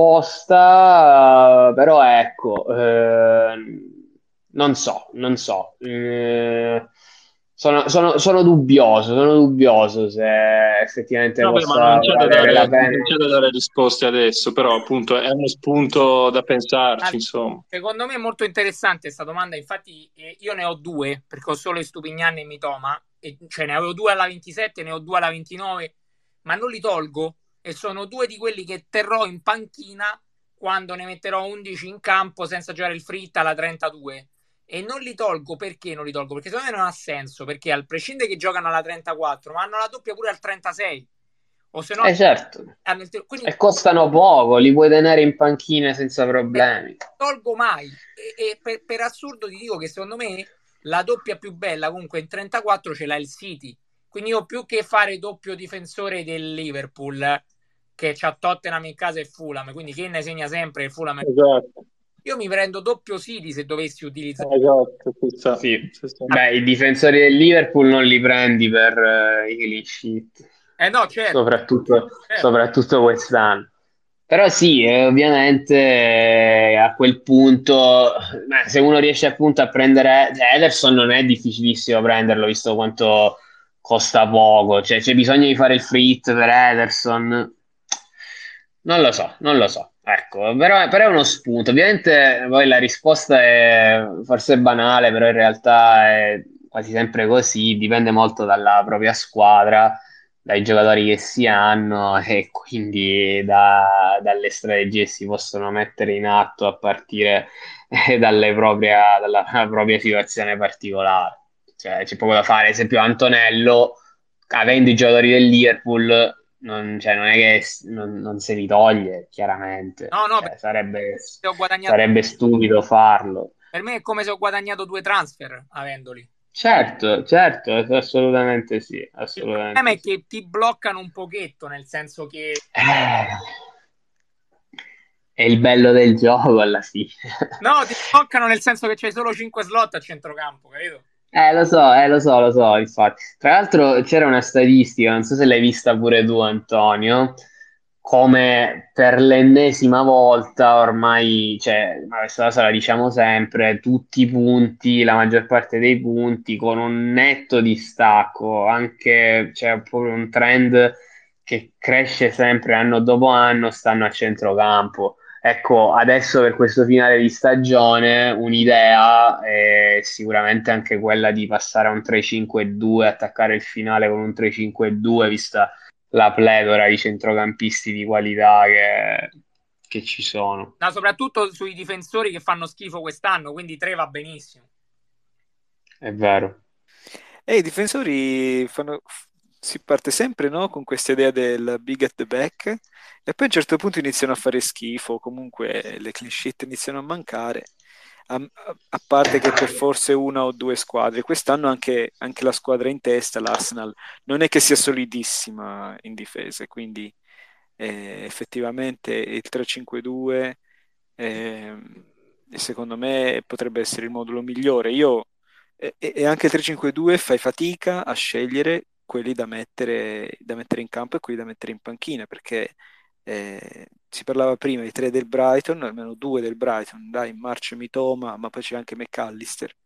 risposta, però ecco, eh, non so, non so. Eh, sono, sono- sono dubbioso, sono dubbioso se effettivamente Vabbè, ma non possa c'è da valere dare, la pena. non c'è da dare risposte adesso, però appunto è uno spunto da pensarci, Ah, insomma. secondo me è molto interessante questa domanda, infatti eh, io ne ho due, perché ho solo Estupiñán e Mitoma, e, cioè ne avevo due alla ventisette, ne ho due alla ventinove, ma non li tolgo e sono due di quelli che terrò in panchina quando ne metterò undici in campo senza giocare il fritta alla trentadue. E non li tolgo perché non li tolgo? Perché secondo me non ha senso, perché al prescindere che giocano alla trentaquattro, ma hanno la doppia pure al trentasei, o se no Eh certo, hanno il... quindi e costano poco, li puoi tenere in panchina senza problemi. tolgo mai. E, e per, per assurdo ti dico che secondo me la doppia più bella comunque in trentaquattro ce l'ha il City. Quindi io più che fare doppio difensore del Liverpool, che c'ha Tottenham in casa e Fulham, quindi che ne segna sempre il Fulham. Esatto, Io mi prendo doppio City se dovessi utilizzare. esatto, ci sta, Sì, ci sta. beh, i difensori del Liverpool non li prendi per eh, i clean sheet, Eh no, certo, soprattutto, certo. soprattutto quest'anno. Però sì, eh, ovviamente eh, a quel punto, beh, se uno riesce appunto a prendere, cioè, Ederson non è difficilissimo prenderlo, visto quanto costa poco, cioè c'è bisogno di fare il free hit per Ederson. Non lo so, non lo so. Ecco, però, però è uno spunto. Ovviamente poi la risposta è forse banale, però in realtà è quasi sempre così, dipende molto dalla propria squadra, dai giocatori che si hanno e quindi da- dalle strategie che si possono mettere in atto a partire eh, dalle propria- dalla propria situazione particolare. Cioè, c'è poco da fare. Ad esempio, Antonello, avendo i giocatori del Liverpool, non, cioè, non è che s- non, non se li toglie, chiaramente. No, no, Cioè, perché sarebbe, ho guadagnato. sarebbe stupido farlo. Per me è come se ho guadagnato due transfer avendoli. Certo, certo, assolutamente sì, Il problema assolutamente è sì. che ti bloccano un pochetto, nel senso che Eh, è il bello del gioco alla fine. no, ti bloccano nel senso che c'hai solo cinque slot a centrocampo, capito? Eh, lo so, eh, lo so, lo so, infatti. Tra l'altro c'era una statistica, non so se l'hai vista pure tu, Antonio, come per l'ennesima volta ormai, cioè, ma questa cosa la diciamo sempre, tutti i punti, la maggior parte dei punti, con un netto distacco, anche, c'è proprio un trend che cresce sempre anno dopo anno, stanno a centrocampo. Ecco, adesso per questo finale di stagione un'idea è sicuramente anche quella di passare a un tre cinque due, attaccare il finale con un tre cinque due, vista la pletora di centrocampisti di qualità che, che ci sono. No, soprattutto sui difensori che fanno schifo quest'anno, quindi tre va benissimo. È vero. E i difensori fanno... si parte sempre, no, con questa idea del big at the back e poi a un certo punto iniziano a fare schifo, comunque le clean sheet iniziano a mancare, a, a parte che per forse una o due squadre. Quest'anno anche, anche la squadra in testa, l'Arsenal, non è che sia solidissima in difesa, quindi eh, effettivamente il tre cinque due ehm, secondo me potrebbe essere il modulo migliore. Io e, e anche il tre cinque due fai fatica a scegliere quelli da mettere, da mettere in campo e quelli da mettere in panchina, perché eh, si parlava prima di tre del Brighton, almeno due del Brighton, dai, March e Mitoma, ma poi c'è anche McAllister.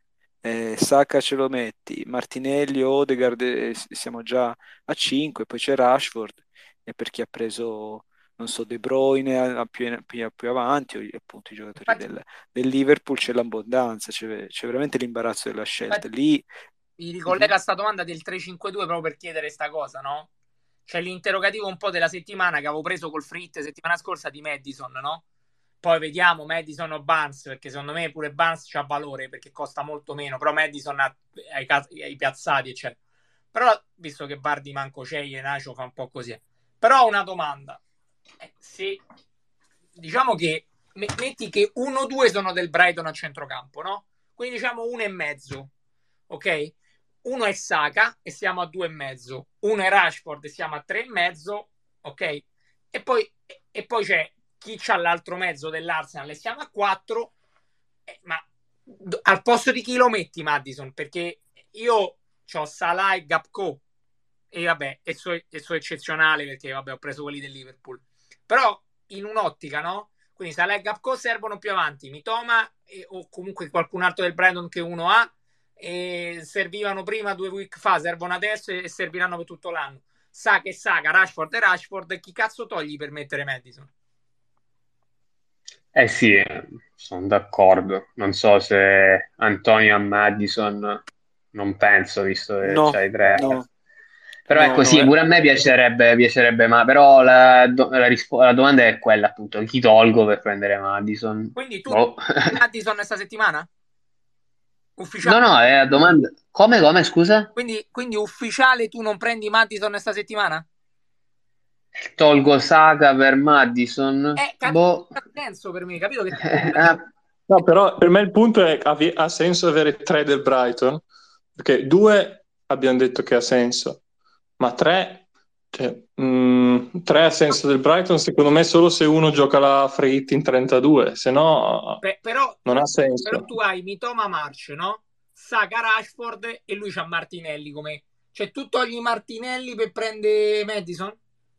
eh, Saka ce lo metti, Martinelli, Odegaard, eh, s- siamo già a cinque, poi c'è Rashford, e per chi ha preso, non so, De Bruyne a- a più, più- più avanti, o gli- appunto i giocatori Infatti, del, del Liverpool, c'è l'abbondanza, c'è, c'è veramente l'imbarazzo della scelta. infatti Lì. mi Mhm. ricollega a sta domanda del tre cinque due proprio per chiedere sta cosa, no? C'è l'interrogativo un po' della settimana che avevo preso col Frit settimana scorsa di Madison, no? Poi vediamo Madison o Barnes, perché secondo me pure Barnes c'ha valore perché costa molto meno, però Madison ha, ha, i, cas- ha i piazzati, eccetera. Però, visto che Bardi manco c'è, Ienacio fa un po' così. Però ho una domanda. Eh, se diciamo che me- metti che uno o due sono del Brighton a centrocampo, no? Quindi diciamo uno e mezzo, ok? Uno è Saka e siamo a due e mezzo. Uno è Rashford e siamo a tre e mezzo, ok? E poi, e poi c'è chi c'ha l'altro mezzo dell'Arsenal e siamo a quattro. Eh, ma d- al posto di chi lo metti Madison? Perché io ho Salah e Gapco e vabbè, e so, e so eccezionale perché vabbè ho preso quelli del Liverpool. Però in un'ottica, no? Quindi Salah e Gapco servono più avanti, Mitoma e, o comunque qualcun altro del Brandon che uno ha, e servivano prima due week fa, servono adesso e serviranno per tutto l'anno. Saka e Saka, Rashford e Rashford, chi cazzo togli per mettere Madison? Eh sì, sono d'accordo. Non so se Antonio a Madison, non penso, visto che No, c'hai tre. no, Però no, ecco, no, sì, eh. pure a me piacerebbe, piacerebbe, ma però la, do- la rispo- la domanda è quella, appunto, chi tolgo per prendere Madison? Quindi tu Boh. Madison questa settimana? Ufficiale? No, no, è la domanda. Come, come, scusa? Quindi, quindi ufficiale tu non prendi Madison questa settimana? Tolgo Saka per Madison? Eh, capito, Boh. ha senso per me, capito che Ah, No, però per me il punto è ha, ha senso avere tre del Brighton, perché due abbiamo detto che ha senso, ma tre, cioè, mh, tre ha senso del Brighton secondo me solo se uno gioca la free hit in trentadue, se no Pe- però, non ha però senso. tu hai Mitoma March, no? Saka Rashford e lui c'ha Martinelli come... Cioè tu togli Martinelli per prendere Madison?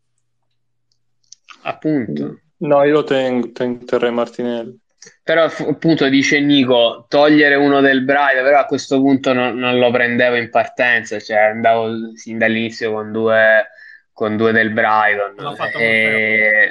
appunto. No, io lo tengo, ten- terrei Martinelli. Però f- appunto dice Nico, togliere uno del Brighton, però a questo punto non, non lo prendevo in partenza, cioè andavo sin dall'inizio con due, con due del L'ho Brighton. fatto molto io. E...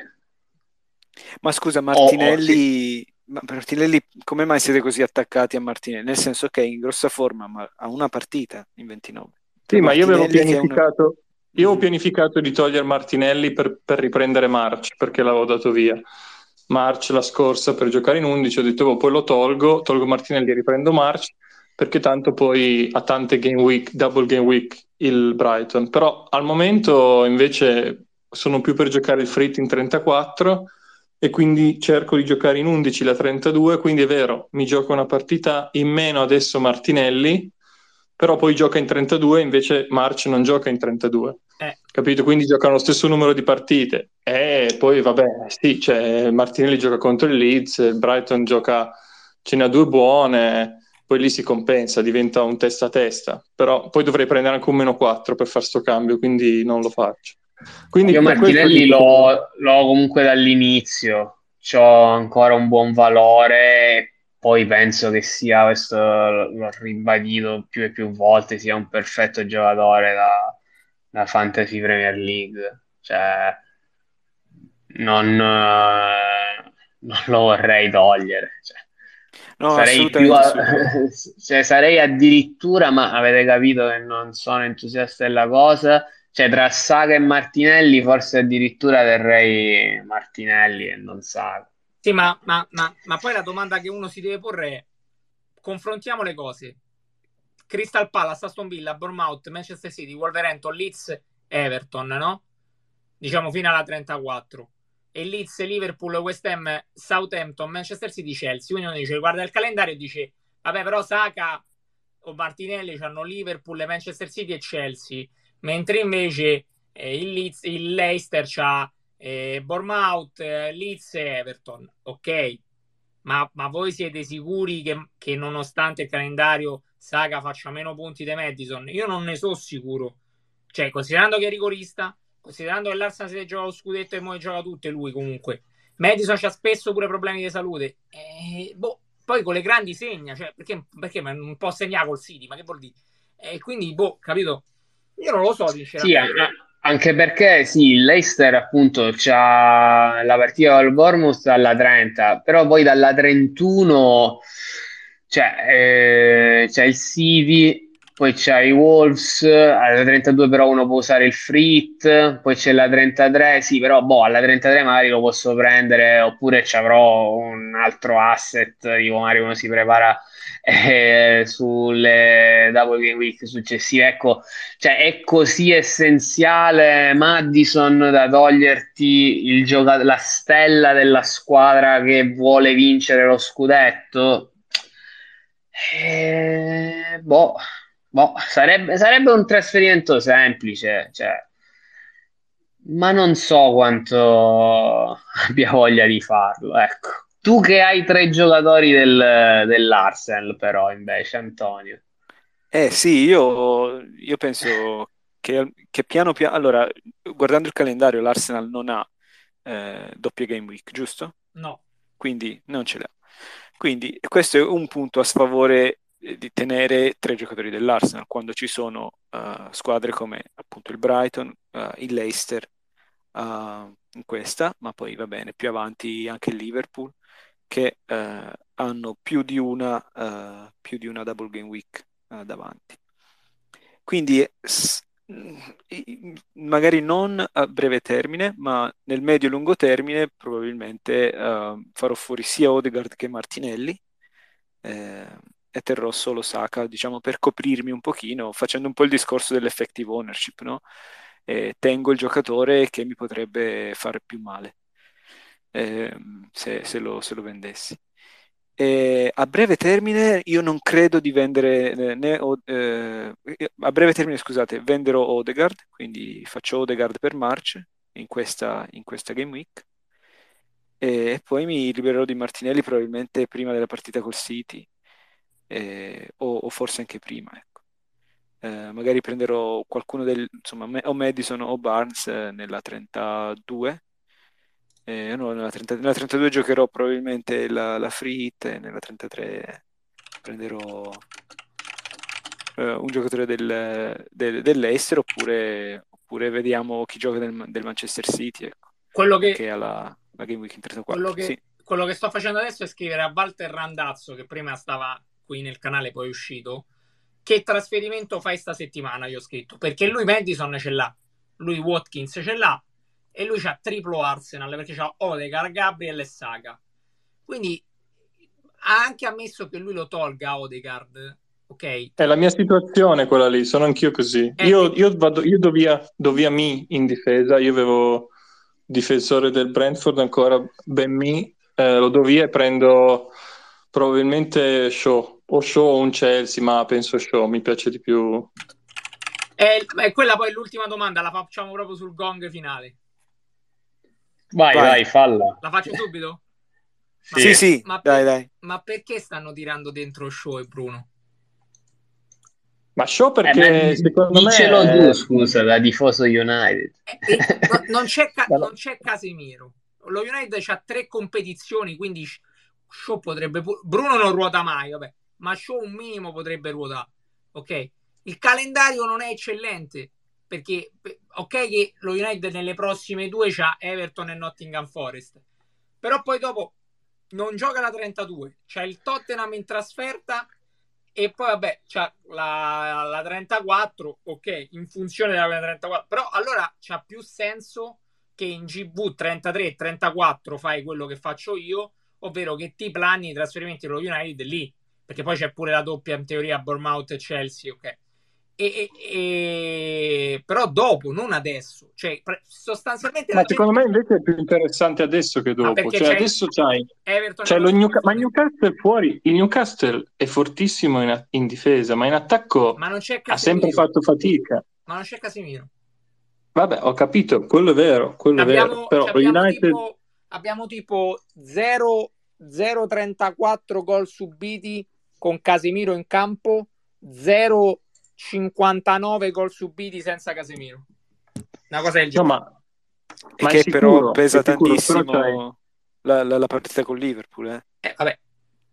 Ma scusa, o- o- sì. Martinelli, ma Martinelli, come mai siete così attaccati a Martinelli? Nel senso che è in grossa forma, ma ha una partita in ventinove. Cioè Sì, ma io avevo Martinelli che è una... pianificato, io avevo Mhm. pianificato di togliere Martinelli per, per riprendere March, perché l'avevo dato via. March la scorsa per giocare in undici, ho detto "Oh, poi lo tolgo, tolgo Martinelli e riprendo March, perché tanto poi ha tante game week, double game week il Brighton. Però al momento invece sono più per giocare il Frit in trentaquattro e quindi cerco di giocare in undici la trentadue, quindi è vero, mi gioco una partita in meno adesso Martinelli, però poi gioca in trentadue, invece March non gioca in trentadue. Eh, Capito? Quindi giocano lo stesso numero di partite. E poi, vabbè, sì, cioè, Martinelli gioca contro il Leeds, il Brighton gioca, ce ne ha due buone, poi lì si compensa, diventa un testa a testa. Però poi dovrei prendere anche un meno quattro per fare sto cambio, quindi non lo faccio. Quindi Io per questo Martinelli dico che... l'ho l'ho comunque dall'inizio, c'ho ancora un buon valore, poi penso che sia, questo l'ho ribadito più e più volte, sia un perfetto giocatore da, da Fantasy Premier League. Cioè, non, eh, non lo vorrei togliere. Cioè, No, sarei più, assolutamente, a- assolutamente. cioè, sarei addirittura, ma avete capito che non sono entusiasta della cosa. Cioè, tra Saka e Martinelli, forse addirittura terrei Martinelli e non Saka. sì, ma, ma, ma, ma poi la domanda che uno si deve porre è confrontiamo le cose. Crystal Palace, Aston Villa, Bournemouth, Manchester City, Wolverhampton, Leeds, Everton, no? Diciamo fino alla trentaquattro. E Leeds, Liverpool, West Ham, Southampton, Manchester City, Chelsea. Quindi uno dice, guarda il calendario e dice, vabbè, però Saka o Martinelli hanno Liverpool, Manchester City e Chelsea. Mentre invece eh, il, Leeds, il Leicester c'ha eh, Bournemouth, eh, Leeds e Everton. Ok, ma, ma voi siete sicuri che, che nonostante il calendario Saka faccia meno punti di Madison? Io non ne sono sicuro. Cioè, considerando che è rigorista, considerando che l'Arsenal si gioca lo scudetto e poi gioca tutte lui comunque. Madison c'ha spesso pure problemi di salute. Eh, boh, poi con le grandi segna, cioè, perché, perché non può segnare col City, ma che vuol dire? E quindi, boh, capito? Io non lo so, Sì, a- sinceramente. anche perché sì, il Leicester appunto c'ha la partita col Bournemouth alla trenta, però poi dalla trentuno cioè, eh, c'è il City, poi c'è i Wolves, alla trentadue però uno può usare il Frit, poi c'è la trentatré, sì, però boh, alla trentatré magari lo posso prendere, oppure ci avrò un altro asset, dico, magari uno si prepara eh, sulle double game week successive, ecco, cioè è così essenziale Maddison da toglierti il gioca- la stella della squadra che vuole vincere lo scudetto? Eh, boh, boh, sarebbe, sarebbe un trasferimento semplice, cioè, ma non so quanto abbia voglia di farlo, ecco. Tu che hai tre giocatori del- dell'Arsenal, però, invece, Antonio. Eh sì, io, io penso che, che piano piano... Allora, guardando il calendario, l'Arsenal non ha eh, doppie game week, giusto? No. Quindi non ce l'ha. Quindi questo è un punto a sfavore eh, di tenere tre giocatori dell'Arsenal quando ci sono eh, squadre come appunto il Brighton, eh, il Leicester eh, in questa, ma poi va bene, più avanti anche il Liverpool, che eh, hanno più di una, eh, più di una double game week eh, davanti. Quindi s- i- magari non a breve termine, ma nel medio e lungo termine probabilmente eh, farò fuori sia Odegaard che Martinelli eh, e terrò solo Saka, diciamo, per coprirmi un pochino, facendo un po' il discorso dell'effective ownership, no? E tengo il giocatore che mi potrebbe fare più male ehm, se, se lo, se lo vendessi. E a breve termine io non credo di vendere eh, né O- eh, a breve termine, scusate, venderò Odegaard, quindi faccio Odegaard per March in questa, in questa game week e poi mi libererò di Martinelli probabilmente prima della partita col City eh, o, o forse anche prima, ecco. Eh, magari prenderò qualcuno del, insomma, me- o Madison o Barnes eh, nella trentadue. Eh, no, nella, trenta nella trentadue giocherò probabilmente la, la free hit e nella trentatré prenderò eh, un giocatore del, del, dell'Ester oppure, oppure vediamo chi gioca del, del Manchester City, ecco, Quello che, che ha la, la Game Week in quello, trentaquattro. Sì. che, quello che sto facendo adesso è scrivere a Walter Randazzo, che prima stava qui nel canale, poi è uscito, che trasferimento fai sta settimana, gli ho scritto, perché lui Madison ce l'ha, lui Watkins ce l'ha, e lui c'ha triplo Arsenal, perché c'ha Odegaard, Gabriel e Saka. Quindi ha anche ammesso che lui lo tolga Odegaard, ok? È la mia situazione quella lì, sono anch'io così. Eh, Io, eh, io vado, io do via, do via Mi in difesa, io avevo difensore del Brentford ancora, Ben Mi, eh, lo do via e prendo probabilmente Shaw, o Shaw o un Chelsea, ma penso Shaw, mi piace di più. è, è quella poi l'ultima domanda, la facciamo proprio sul gong finale. Vai, Vai. vai, falla. La faccio subito? Ma, Sì, Sì. sì, ma, dai, per- dai. ma perché stanno tirando dentro Shaw e Bruno? Ma Shaw Eh, ma perché secondo dicelo tu, me... scusa, da tifoso United. Eh, eh, no- non, c'è Ca- Ma no, non c'è Casemiro. Lo United ha tre competizioni, quindi Shaw potrebbe... pu- Bruno non ruota mai, vabbè, ma Shaw un minimo potrebbe ruotare, ok? Il calendario non è eccellente, perché ok che lo United nelle prossime due c'ha Everton e Nottingham Forest, però poi dopo non gioca la trentadue, c'ha il Tottenham in trasferta e poi vabbè c'ha la, la trentaquattro, ok, in funzione della trentaquattro, però allora c'ha più senso che in G V trentatré e trentaquattro fai quello che faccio io, ovvero che ti plani i trasferimenti dello United lì, perché poi c'è pure la doppia in teoria Bournemouth e Chelsea, ok. E, e, e... Però dopo, non adesso, cioè sostanzialmente ma la secondo gente... me invece è più interessante adesso che Ma dopo. perché Cioè c'è adesso c'hai, Everton e c'hai lo Nottingham Newca- ma Forest? Newcastle fuori, il Newcastle è fortissimo in, in difesa, ma in attacco Ma non c'è ha sempre Casemiro, fatto fatica. ma non c'è Casemiro. Vabbè, ho capito, quello è vero, quello è vero. Abbiamo, Però lo abbiamo United, tipo, abbiamo tipo zero virgola trentaquattro gol subiti con Casemiro in campo, zero virgola cinquantanove gol subiti senza Casemiro. Una cosa del no, genere. ma, E ma è che però sicuro, è pesa sicuro, però c'hai... tantissimo la, la- la partita con Liverpool, eh. Eh, vabbè.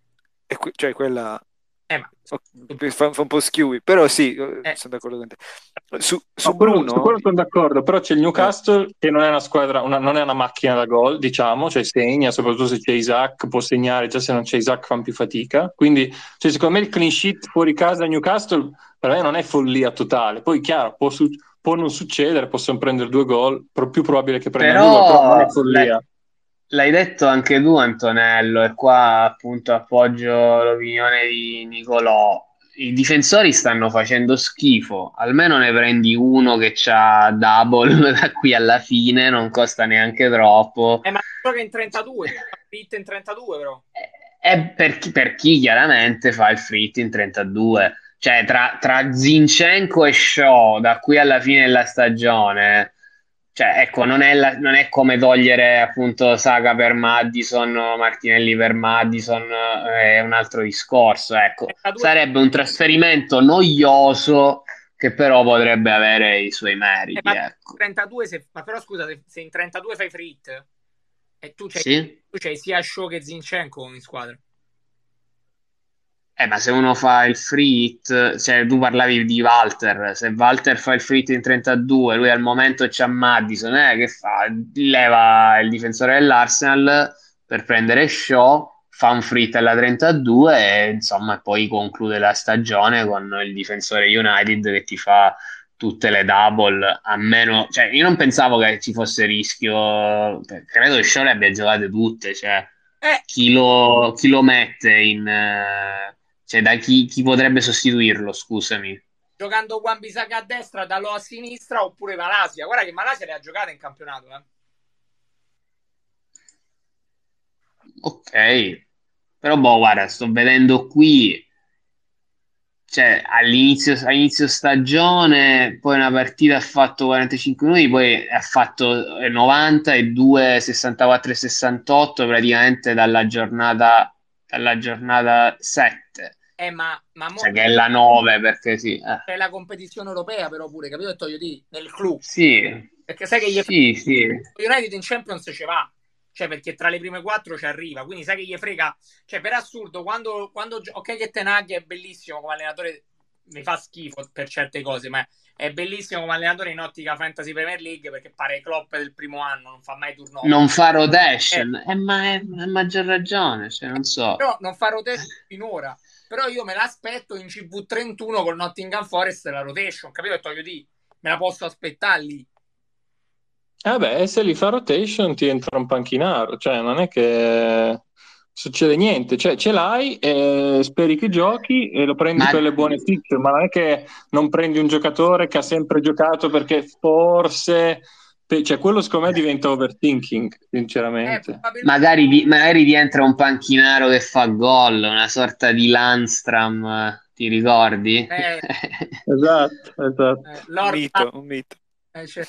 e que- cioè quella Eh, ma ok, fa, fa un po' schiui, però sì, eh, eh, sono d'accordo con te. Su, No, su quello- su Bruno, quello sono d'accordo, però c'è il eh, Newcastle che non è una squadra, una- non è una macchina da gol, diciamo, cioè segna, soprattutto se c'è Isaac, può segnare, già se non c'è Isaac fanno più fatica. Quindi, cioè, secondo me il clean sheet fuori casa a Newcastle per me non è follia totale. Poi, chiaro, può, su- può non succedere, possono prendere due gol, però più probabile che prendano due gol, però non è Però l'hai follia. l'hai detto anche tu, Antonello, e qua appunto appoggio l'opinione di Nicolò. I difensori stanno facendo schifo, almeno ne prendi uno che c'ha double da qui alla fine, non costa neanche troppo. eh, ma gioca in trentadue, fit in trentadue però. E per chi, per chi chiaramente fa il frit in trentadue, cioè tra, tra Zinchenko e Shaw da qui alla fine della stagione, cioè ecco, non è, la- non è come togliere appunto Saka per Maddison o Martinelli per Maddison, eh, è un altro discorso, ecco, trentadue, sarebbe un trasferimento noioso che però potrebbe avere i suoi eh, meriti, ma ecco. trentadue se, ma però scusa, se, se in trentadue fai frit e tu c'hai, Sì? tu c'hai sia Shaw che Zinchenko in squadra. Eh, ma se uno fa il free hit, cioè tu parlavi di Walter, se Walter fa il free hit in trentadue, lui al momento c'ha Maddison, eh, che fa? Leva il difensore dell'Arsenal per prendere Shaw, fa un free hit alla trentadue e insomma poi conclude la stagione con il difensore United che ti fa tutte le double, a meno, cioè io non pensavo che ci fosse rischio, credo che Shaw le abbia giocate tutte, cioè Eh, chi lo, chi lo mette in... eh, cioè, da chi, chi potrebbe sostituirlo, scusami. giocando Wan-Bissaka a destra, Dalò a sinistra oppure Malasia. Guarda che Malasia le ha giocate in campionato, eh. Ok, però boh, guarda, sto vedendo qui, cioè all'inizio, all'inizio stagione, poi una partita ha fatto quarantacinque minuti, poi ha fatto eh, novanta e due, sessantaquattro e sessantotto praticamente dalla giornata, dalla giornata sette, Eh, ma, ma mo cioè che è la nove perché sì. eh. c'è la competizione europea però pure, capito? Che voglio dire, nel club. Sì, Perché sai che gli sì, sì. United in Champions ci va. Cioè, perché tra le prime quattro ci arriva. Quindi sai che gli frega. Cioè, per assurdo, quando, quando ok che Ten Hag è bellissimo come allenatore, mi fa schifo per certe cose, ma è bellissimo come allenatore in ottica Fantasy Premier League perché pare Klopp del primo anno, non fa mai turnover. Non fa Eh, rotation, eh, ma è, è maggior ragione, cioè, non so. però non fa rotation finora. Però io me l'aspetto in C V trentuno con Nottingham Forest la rotation, capito? E voglio dire, me la posso aspettare lì. Eh Vabbè, e se li fa rotation ti entra un panchinaro, cioè non è che succede niente, cioè ce l'hai e speri che giochi e lo prendi Ma, per le buone fixture, ma non è che non prendi un giocatore che ha sempre giocato perché forse, cioè quello secondo me diventa overthinking, Eh, sinceramente. probabilmente. magari, di- magari rientra un panchinaro che fa gol, una sorta di Landstram, eh, ti ricordi? Eh, Esatto, eh, esatto. un Lord mito, un mito. eh, cioè,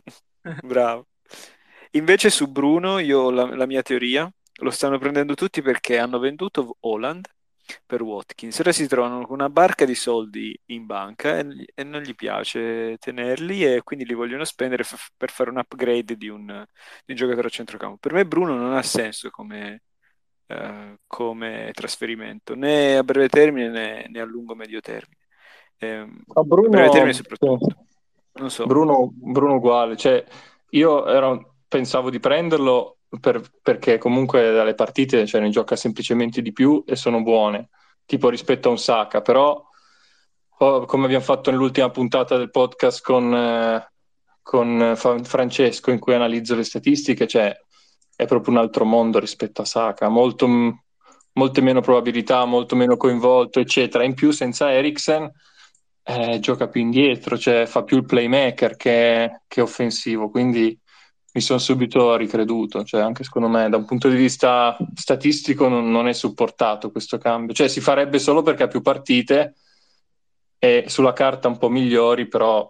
Bravo. Invece su Bruno, io ho la, la mia teoria, lo stanno prendendo tutti perché hanno venduto Holland per Watkins. Ora si trovano con una barca di soldi in banca e, gli- e non gli piace tenerli e quindi li vogliono spendere f- per fare un upgrade di un, di un giocatore a centrocampo. Per me Bruno non ha senso come, eh, come trasferimento, né a breve termine né, né a lungo-medio termine. Ehm, Ma a breve termine Bruno, soprattutto. sì. Non so. Bruno, Bruno uguale, cioè io ero- pensavo di prenderlo per- perché comunque dalle partite cioè, ne gioca semplicemente di più e sono buone, tipo rispetto a un Saka, però oh, come abbiamo fatto nell'ultima puntata del podcast con, eh, con Fa- Francesco in cui analizzo le statistiche, cioè è proprio un altro mondo rispetto a Saka, molto, molte meno probabilità, molto meno coinvolto, eccetera. In più senza Eriksen eh, gioca più indietro, cioè fa più il playmaker che, che offensivo, quindi mi sono subito ricreduto, cioè anche secondo me da un punto di vista statistico non, non è supportato questo cambio, cioè si farebbe solo perché ha più partite e sulla carta un po' migliori, però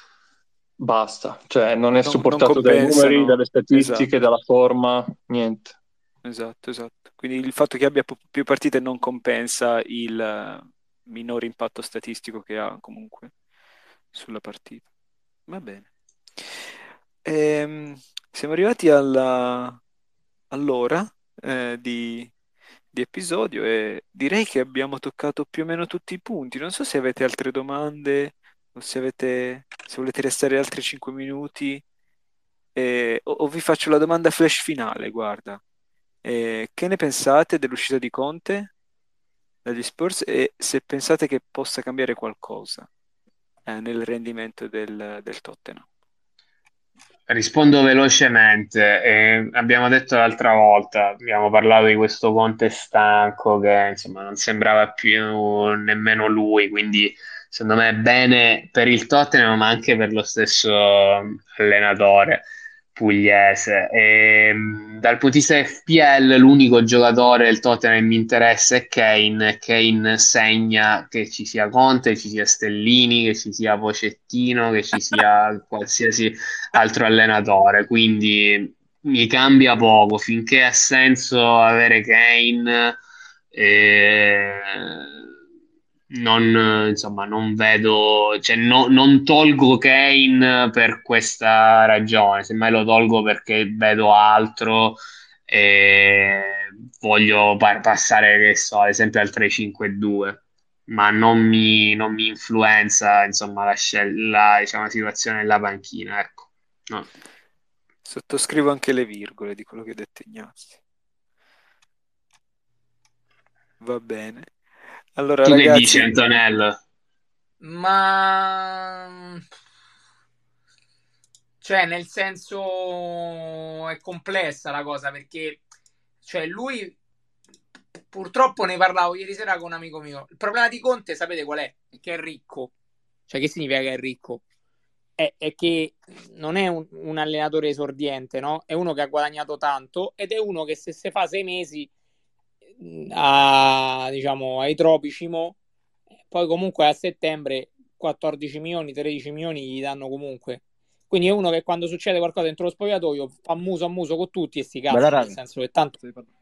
basta, cioè non è Non, non supportato dai numeri, compensano. dalle statistiche, Esatto, dalla forma, niente. esatto, esatto. Quindi il fatto che abbia po- più partite non compensa il eh, minore impatto statistico che ha comunque sulla partita. Va bene. Ehm, siamo arrivati alla- all'ora eh, di, di episodio e direi che abbiamo toccato più o meno tutti i punti. Non so se avete altre domande o se avete, se volete restare altri cinque minuti eh, o, o vi faccio la domanda flash finale, guarda. Eh, che ne pensate dell'uscita di Conte dagli Spurs e se pensate che possa cambiare qualcosa eh, nel rendimento del, del Tottenham? Rispondo velocemente. Eh, abbiamo detto l'altra volta, abbiamo parlato di questo Conte stanco che insomma non sembrava più nemmeno lui, quindi secondo me è bene per il Tottenham, ma anche per lo stesso allenatore pugliese. E, mh, dal punto di vista F P L, l'unico giocatore del Tottenham che mi interessa è Kane. Kane segna che ci sia Conte, che ci sia Stellini, che ci sia Pochettino, che ci sia qualsiasi altro allenatore, quindi mi cambia poco finché ha senso avere Kane. eh, non, insomma, non vedo, cioè, no- non tolgo Kane per questa ragione, semmai lo tolgo perché vedo altro e voglio pa- passare, che so, ad esempio al tre cinque due, ma non mi, non mi influenza, insomma, la, scel- la, diciamo, la situazione della panchina, ecco. No. Sottoscrivo anche le virgole di quello che ha detto Ignazio. Va bene. Allora, Tu che dici, ragazzi, Antonello? Ma cioè, nel senso è complessa la cosa perché cioè lui purtroppo ne parlavo ieri sera con un amico mio. Il problema di Conte, sapete qual è? È che è ricco. Cioè, che significa che è ricco? È, è che non è un, un allenatore esordiente, no? È uno che ha guadagnato tanto ed è uno che se si fa sei mesi a, diciamo, ai tropici mo, poi comunque a settembre quattordici milioni, tredici milioni gli danno comunque. Quindi è uno che quando succede qualcosa dentro lo spogliatoio fa muso a muso con tutti e sti cazzi, nel senso che tanto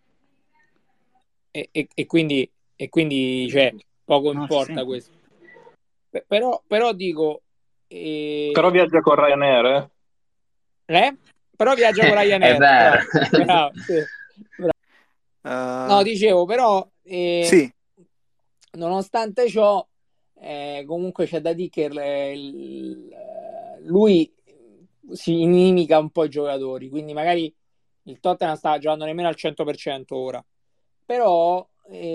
e, e, e quindi e quindi cioè, poco No, importa sì. questo. P- però, però dico eh, Però viaggia con Ryanair, eh? eh? Però viaggia con È Ryanair, vero. bravo, bravo, sì, bravo. No, uh, dicevo, però eh, sì, nonostante ciò eh, comunque c'è da dire che il- il- lui si inimica un po' i giocatori, quindi magari il Tottenham sta giocando nemmeno al cento per cento ora, però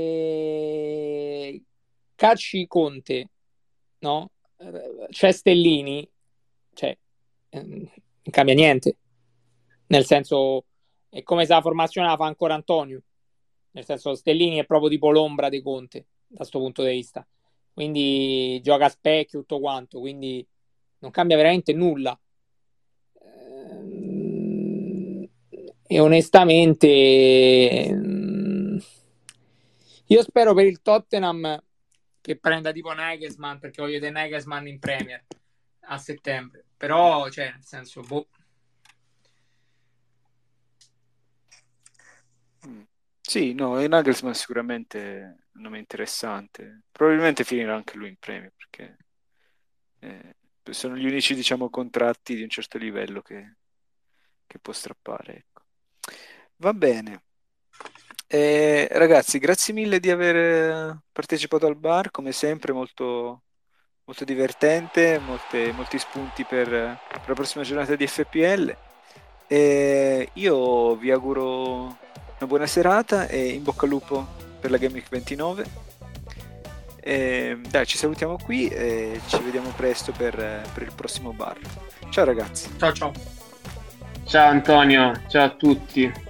eh, calci Conte, no? Eh, C'è Stellini, cioè eh, non cambia niente, nel senso è come se la formazione la fa ancora Antonio, nel senso Stellini è proprio tipo l'ombra di Conte da questo punto di vista, quindi gioca a specchio tutto quanto, quindi non cambia veramente nulla. Ehm, e onestamente ehm, io spero per il Tottenham che prenda tipo Nagelsmann, perché voglio vedere Nagelsmann in Premier a settembre, però cioè nel senso boh. Mm. Sì, no, e Nagelsmann sicuramente è un nome interessante. Probabilmente finirà anche lui in premio perché eh, sono gli unici, diciamo, contratti di un certo livello che, che può strappare. Ecco. Va bene. Eh, ragazzi, grazie mille di aver partecipato al bar, come sempre molto, molto divertente, molte- molti spunti per, per la prossima giornata di F P L. E io vi auguro una buona serata e in bocca al lupo per la Game Week ventinove. E, dai, ci salutiamo qui e ci vediamo presto per, per il prossimo bar. Ciao ragazzi. Ciao ciao. Ciao Antonio, ciao a tutti.